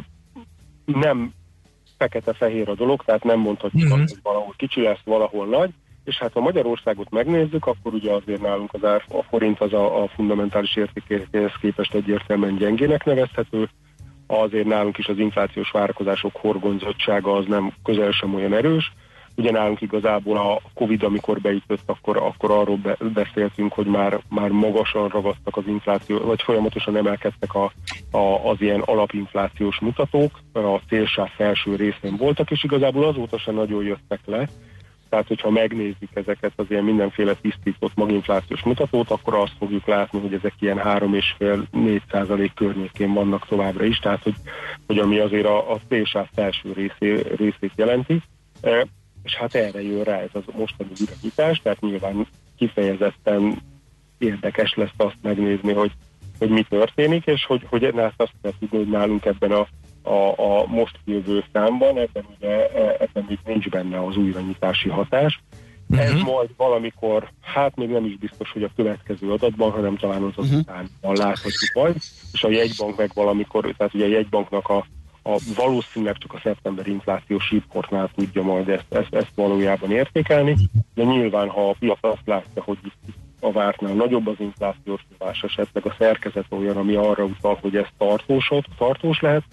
nem fekete-fehér a dolog, tehát nem mondhatjuk azt, hogy valahol kicsi lesz, valahol nagy, és hát ha Magyarországot megnézzük, akkor ugye azért nálunk a forint az a fundamentális értékéhez képest egyértelműen gyengének nevezhető, azért nálunk is az inflációs várakozások horgonyzottsága az nem közel sem olyan erős. Ugye nálunk igazából a Covid, amikor beütött, akkor arról beszéltünk, hogy már magasan ragadtak az infláció, vagy folyamatosan emelkedtek az ilyen alapinflációs mutatók, a célsáv felső részén voltak, és igazából azóta sem nagyon jöttek le. Tehát, hogyha megnézzük ezeket az ilyen mindenféle tisztított maginflációs mutatót, akkor azt fogjuk látni, hogy ezek ilyen 3,5-4% környékén vannak továbbra is, tehát, hogy ami azért a célsáv felső részét jelenti. És hát erre jön rá ez a mostani irányítás, tehát nyilván kifejezetten érdekes lesz azt megnézni, hogy mi történik, és hogy azt kell tudni, hogy nálunk ebben a most jövő számban, ebben még nincs benne az újranyitási hatás. Ez majd valamikor, hát még nem is biztos, hogy a következő adatban, hanem talán az utánban láthatjuk majd, és a jegybank meg valamikor, tehát ugye a jegybanknak a valószínűleg csak a szeptemberi inflációs reportnál tudja majd ezt valójában értékelni, de nyilván, ha a piac azt látja, hogy a vártnál nagyobb az inflációs nyomás, esetleg a szerkezet olyan, ami arra utal, hogy ez tartós lehet,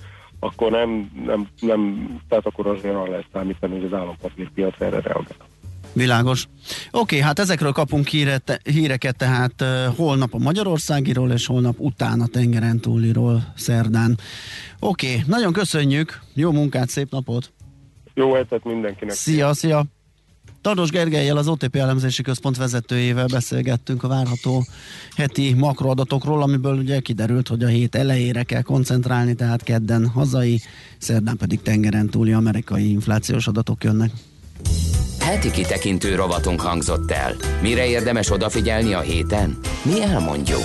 akkor nem, tehát akkor azért arra lehet számítani, hogy az állampapírpiac erre reagál. Világos. Oké, hát ezekről kapunk híreket, tehát holnap a magyarországiról, és holnap után a tengeren túliról szerdán. Oké, nagyon köszönjük, jó munkát, szép napot! Jó hetet mindenkinek! Szia! Tardos Gergellyel, az OTP elemzési központ vezetőjével beszélgettünk a várható heti makroadatokról, amiből ugye kiderült, hogy a hét elejére kell koncentrálni, tehát kedden hazai, szerdán pedig tengeren túli amerikai inflációs adatok jönnek. Heti kitekintő rovatunk hangzott el. Mire érdemes odafigyelni a héten? Mi elmondjuk.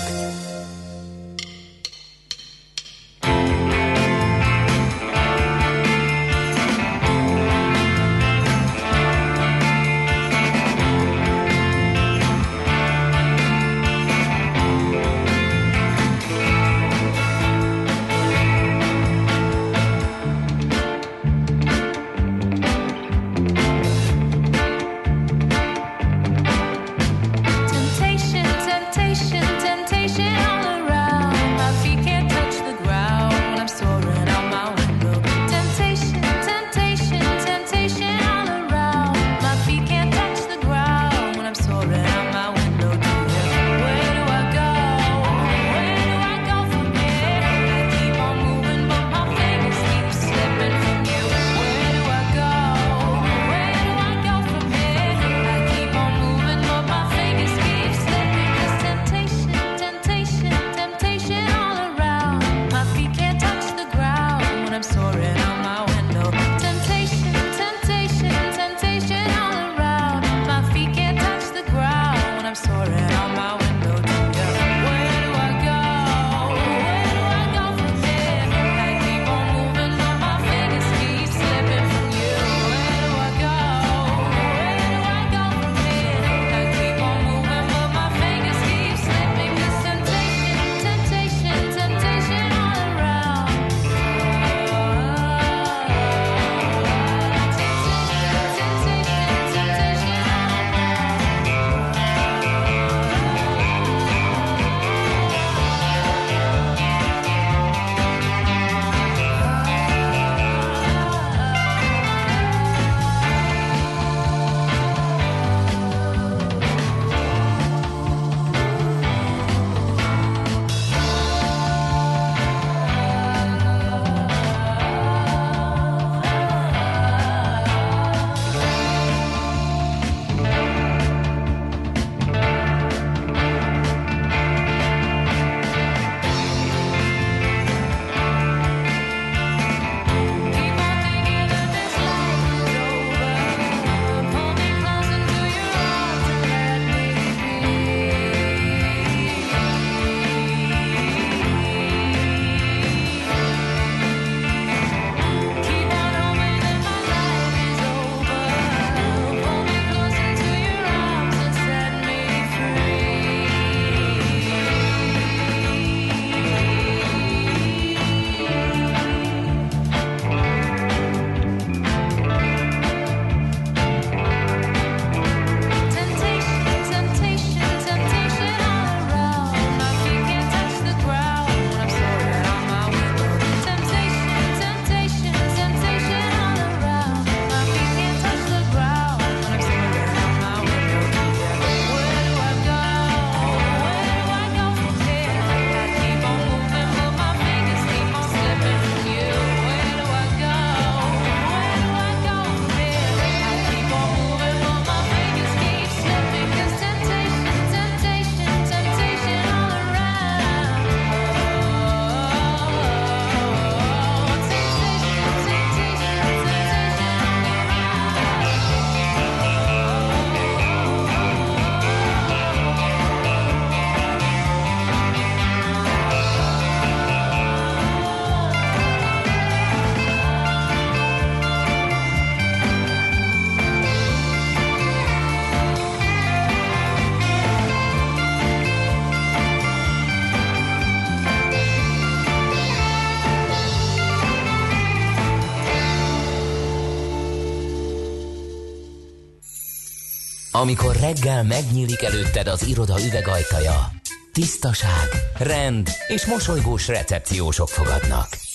Amikor reggel megnyílik előtted az iroda üvegajtaja, tisztaság, rend és mosolygós recepciósok fogadnak.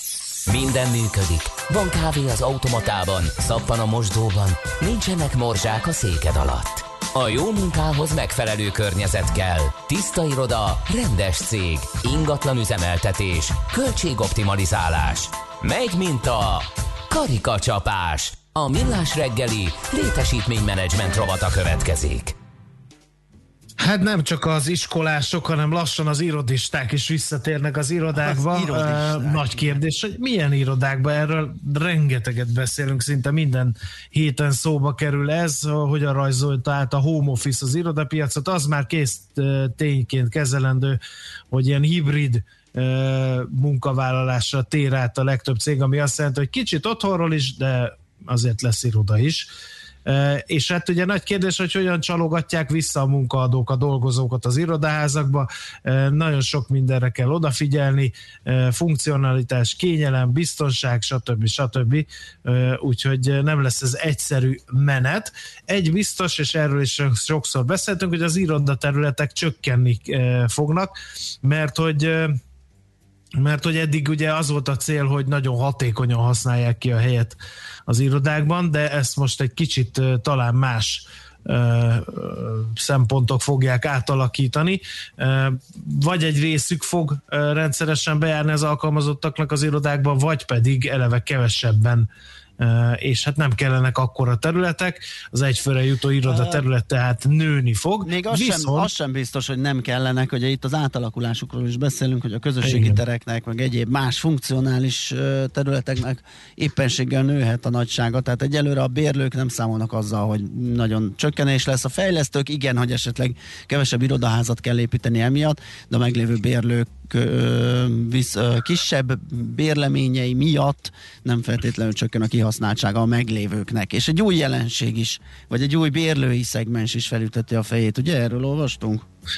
Minden működik. Van kávé az automatában, szappan a mosdóban, nincsenek morzsák a széked alatt. A jó munkához megfelelő környezet kell. Tiszta iroda, rendes cég, ingatlan üzemeltetés, költségoptimalizálás. Megy, mint a karikacsapás. A Millás reggeli létesítménymenedzsment rovata következik. Hát nem csak az iskolások, hanem lassan az irodisták is visszatérnek az irodákba. Nagy kérdés, hogy milyen irodákba, erről rengeteget beszélünk, szinte minden héten szóba kerül ez, hogyan rajzolta át a home office az irodapiacot, az már kész tényként kezelendő, hogy ilyen hibrid munkavállalásra tér át a legtöbb cég, ami azt jelenti, hogy kicsit otthonról is, de azért lesz iroda is. És hát ugye nagy kérdés, hogy hogyan csalogatják vissza a munkaadók a dolgozókat az irodaházakba. Nagyon sok mindenre kell odafigyelni, funkcionalitás, kényelem, biztonság, stb. Úgyhogy nem lesz ez egyszerű menet. Egy biztos, és erről is sokszor beszéltünk, hogy az irodaterületek csökkenni fognak, mert hogy eddig ugye az volt a cél, hogy nagyon hatékonyan használják ki a helyet az irodákban, de ezt most egy kicsit talán más szempontok fogják átalakítani. Vagy egy részük fog rendszeresen bejárni az alkalmazottaknak az irodákba, vagy pedig eleve kevesebben, és hát nem kellenek akkora területek, az egyfőre jutó iroda terület tehát nőni fog. Még az sem biztos, hogy nem kellenek, hogy itt az átalakulásukról is beszélünk, hogy a közösségi tereknek, meg egyéb más funkcionális területeknek éppenséggel nőhet a nagysága, tehát egyelőre a bérlők nem számolnak azzal, hogy nagyon csökkenés lesz, a fejlesztők igen, hogy esetleg kevesebb irodaházat kell építeni emiatt, de a meglévő bérlők kisebb bérleményei miatt nem feltétlenül csökken a kihasználtsága a meglévőknek. És egy új jelenség is, vagy egy új bérlői szegmens is felütötte a fejét. Ugye erről olvastunk?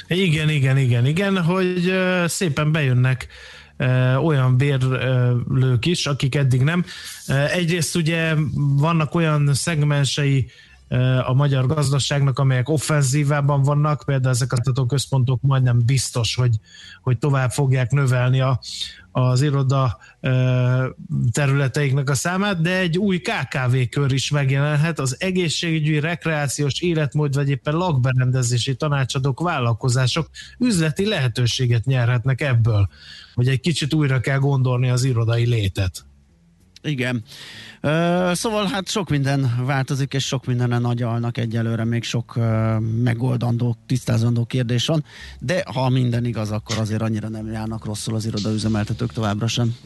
Igen, hogy szépen bejönnek olyan bérlők is, akik eddig nem. Egyrészt ugye vannak olyan szegmensei a magyar gazdaságnak, amelyek offenzívában vannak, például ezek a kutatóközpontok majdnem biztos, hogy tovább fogják növelni az iroda területeiknek a számát, de egy új KKV-kör is megjelenhet, az egészségügyi, rekreációs életmód, vagy éppen lakberendezési tanácsadók, vállalkozások üzleti lehetőséget nyerhetnek ebből, hogy egy kicsit újra kell gondolni az irodai létet. Igen. Szóval hát sok minden változik, és sok mindenen agyalnak egyelőre, még sok megoldandó, tisztázandó kérdés van, de ha minden igaz, akkor azért annyira nem járnak rosszul az irodaüzemeltetők továbbra sem.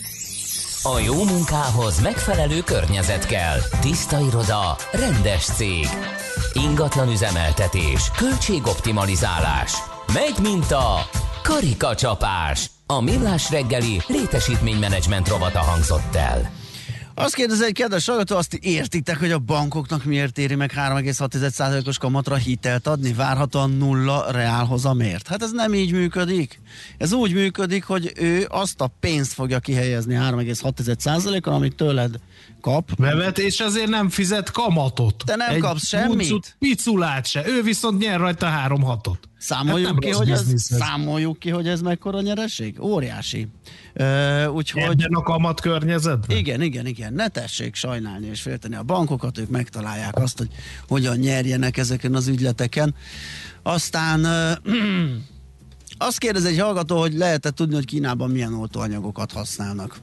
A jó munkához megfelelő környezet kell. Tiszta iroda, rendes cég. Ingatlan üzemeltetés, költségoptimalizálás. Megy, mint a karikacsapás. A Millás reggeli létesítménymenedzsment rovata hangzott el. Azt kérdezi egy kedves hallgató, azt értitek, hogy a bankoknak miért éri meg 3,6%-os kamatra hitelt adni? Várhatóan nulla reálhozamért. Hát ez nem így működik. Ez úgy működik, hogy ő azt a pénzt fogja kihelyezni 3,6%-on, amit tőled kap. Bevet, és azért nem fizet kamatot. Te nem kapsz semmit. Piculát se. Ő viszont nyer rajta 3,6-ot. Számoljuk ki, hogy ez mekkora nyereség? Óriási. Úgyhogy... Ebben a kamat környezetben? Igen. Ne tessék sajnálni és félteni a bankokat, ők megtalálják azt, hogy hogyan nyerjenek ezeken az ügyleteken. Aztán azt kérdez egy hallgató, hogy lehet-e tudni, hogy Kínában milyen oltóanyagokat használnak?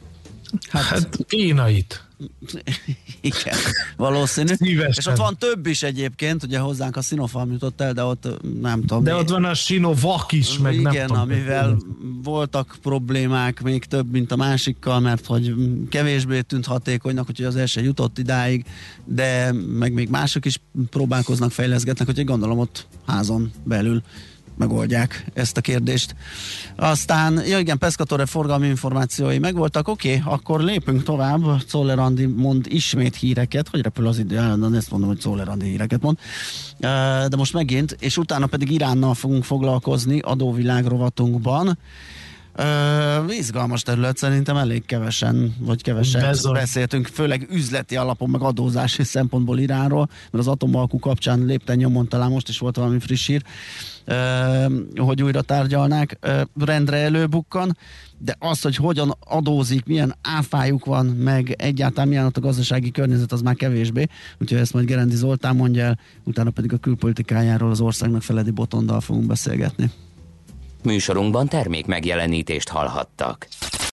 Hát kínait. Igen, valószínű. Szívesen. És ott van több is egyébként, ugye hozzánk a Sinopharm jutott el, de ott nem tudom. De ott van a Sinovac is, meg igen, nem tudom. amivel voltak problémák, még több, mint a másikkal, mert hogy kevésbé tűnt hatékonynak, úgyhogy az első jutott idáig, de meg még mások is próbálkoznak, fejleszgetnek, úgyhogy gondolom ott házon belül megoldják ezt a kérdést. Aztán, igen, Pescatore forgalmi információi megvoltak, oké, akkor lépünk tovább. Czoller Andi mond ismét híreket, hogy repül az idő, állandóan ezt mondom, hogy Czoller Andi híreket mond. De most megint, és utána pedig Iránnal fogunk foglalkozni adóvilág rovatunkban. Izgalmas terület, szerintem elég keveset beszéltünk, főleg üzleti alapon, meg adózási szempontból Iránról, mert az atomalkú kapcsán lépten nyomon, talán most is volt valami friss hír, hogy újra tárgyalnák, rendre előbukkan, de az, hogy hogyan adózik, milyen áfájuk van, meg egyáltalán milyen a gazdasági környezet, az már kevésbé, úgyhogy ezt majd Gerendi Zoltán mondja el, utána pedig a külpolitikájáról az országnak Feledi Botondal fogunk beszélgetni. Műsorunkban termék megjelenítést hallhattak.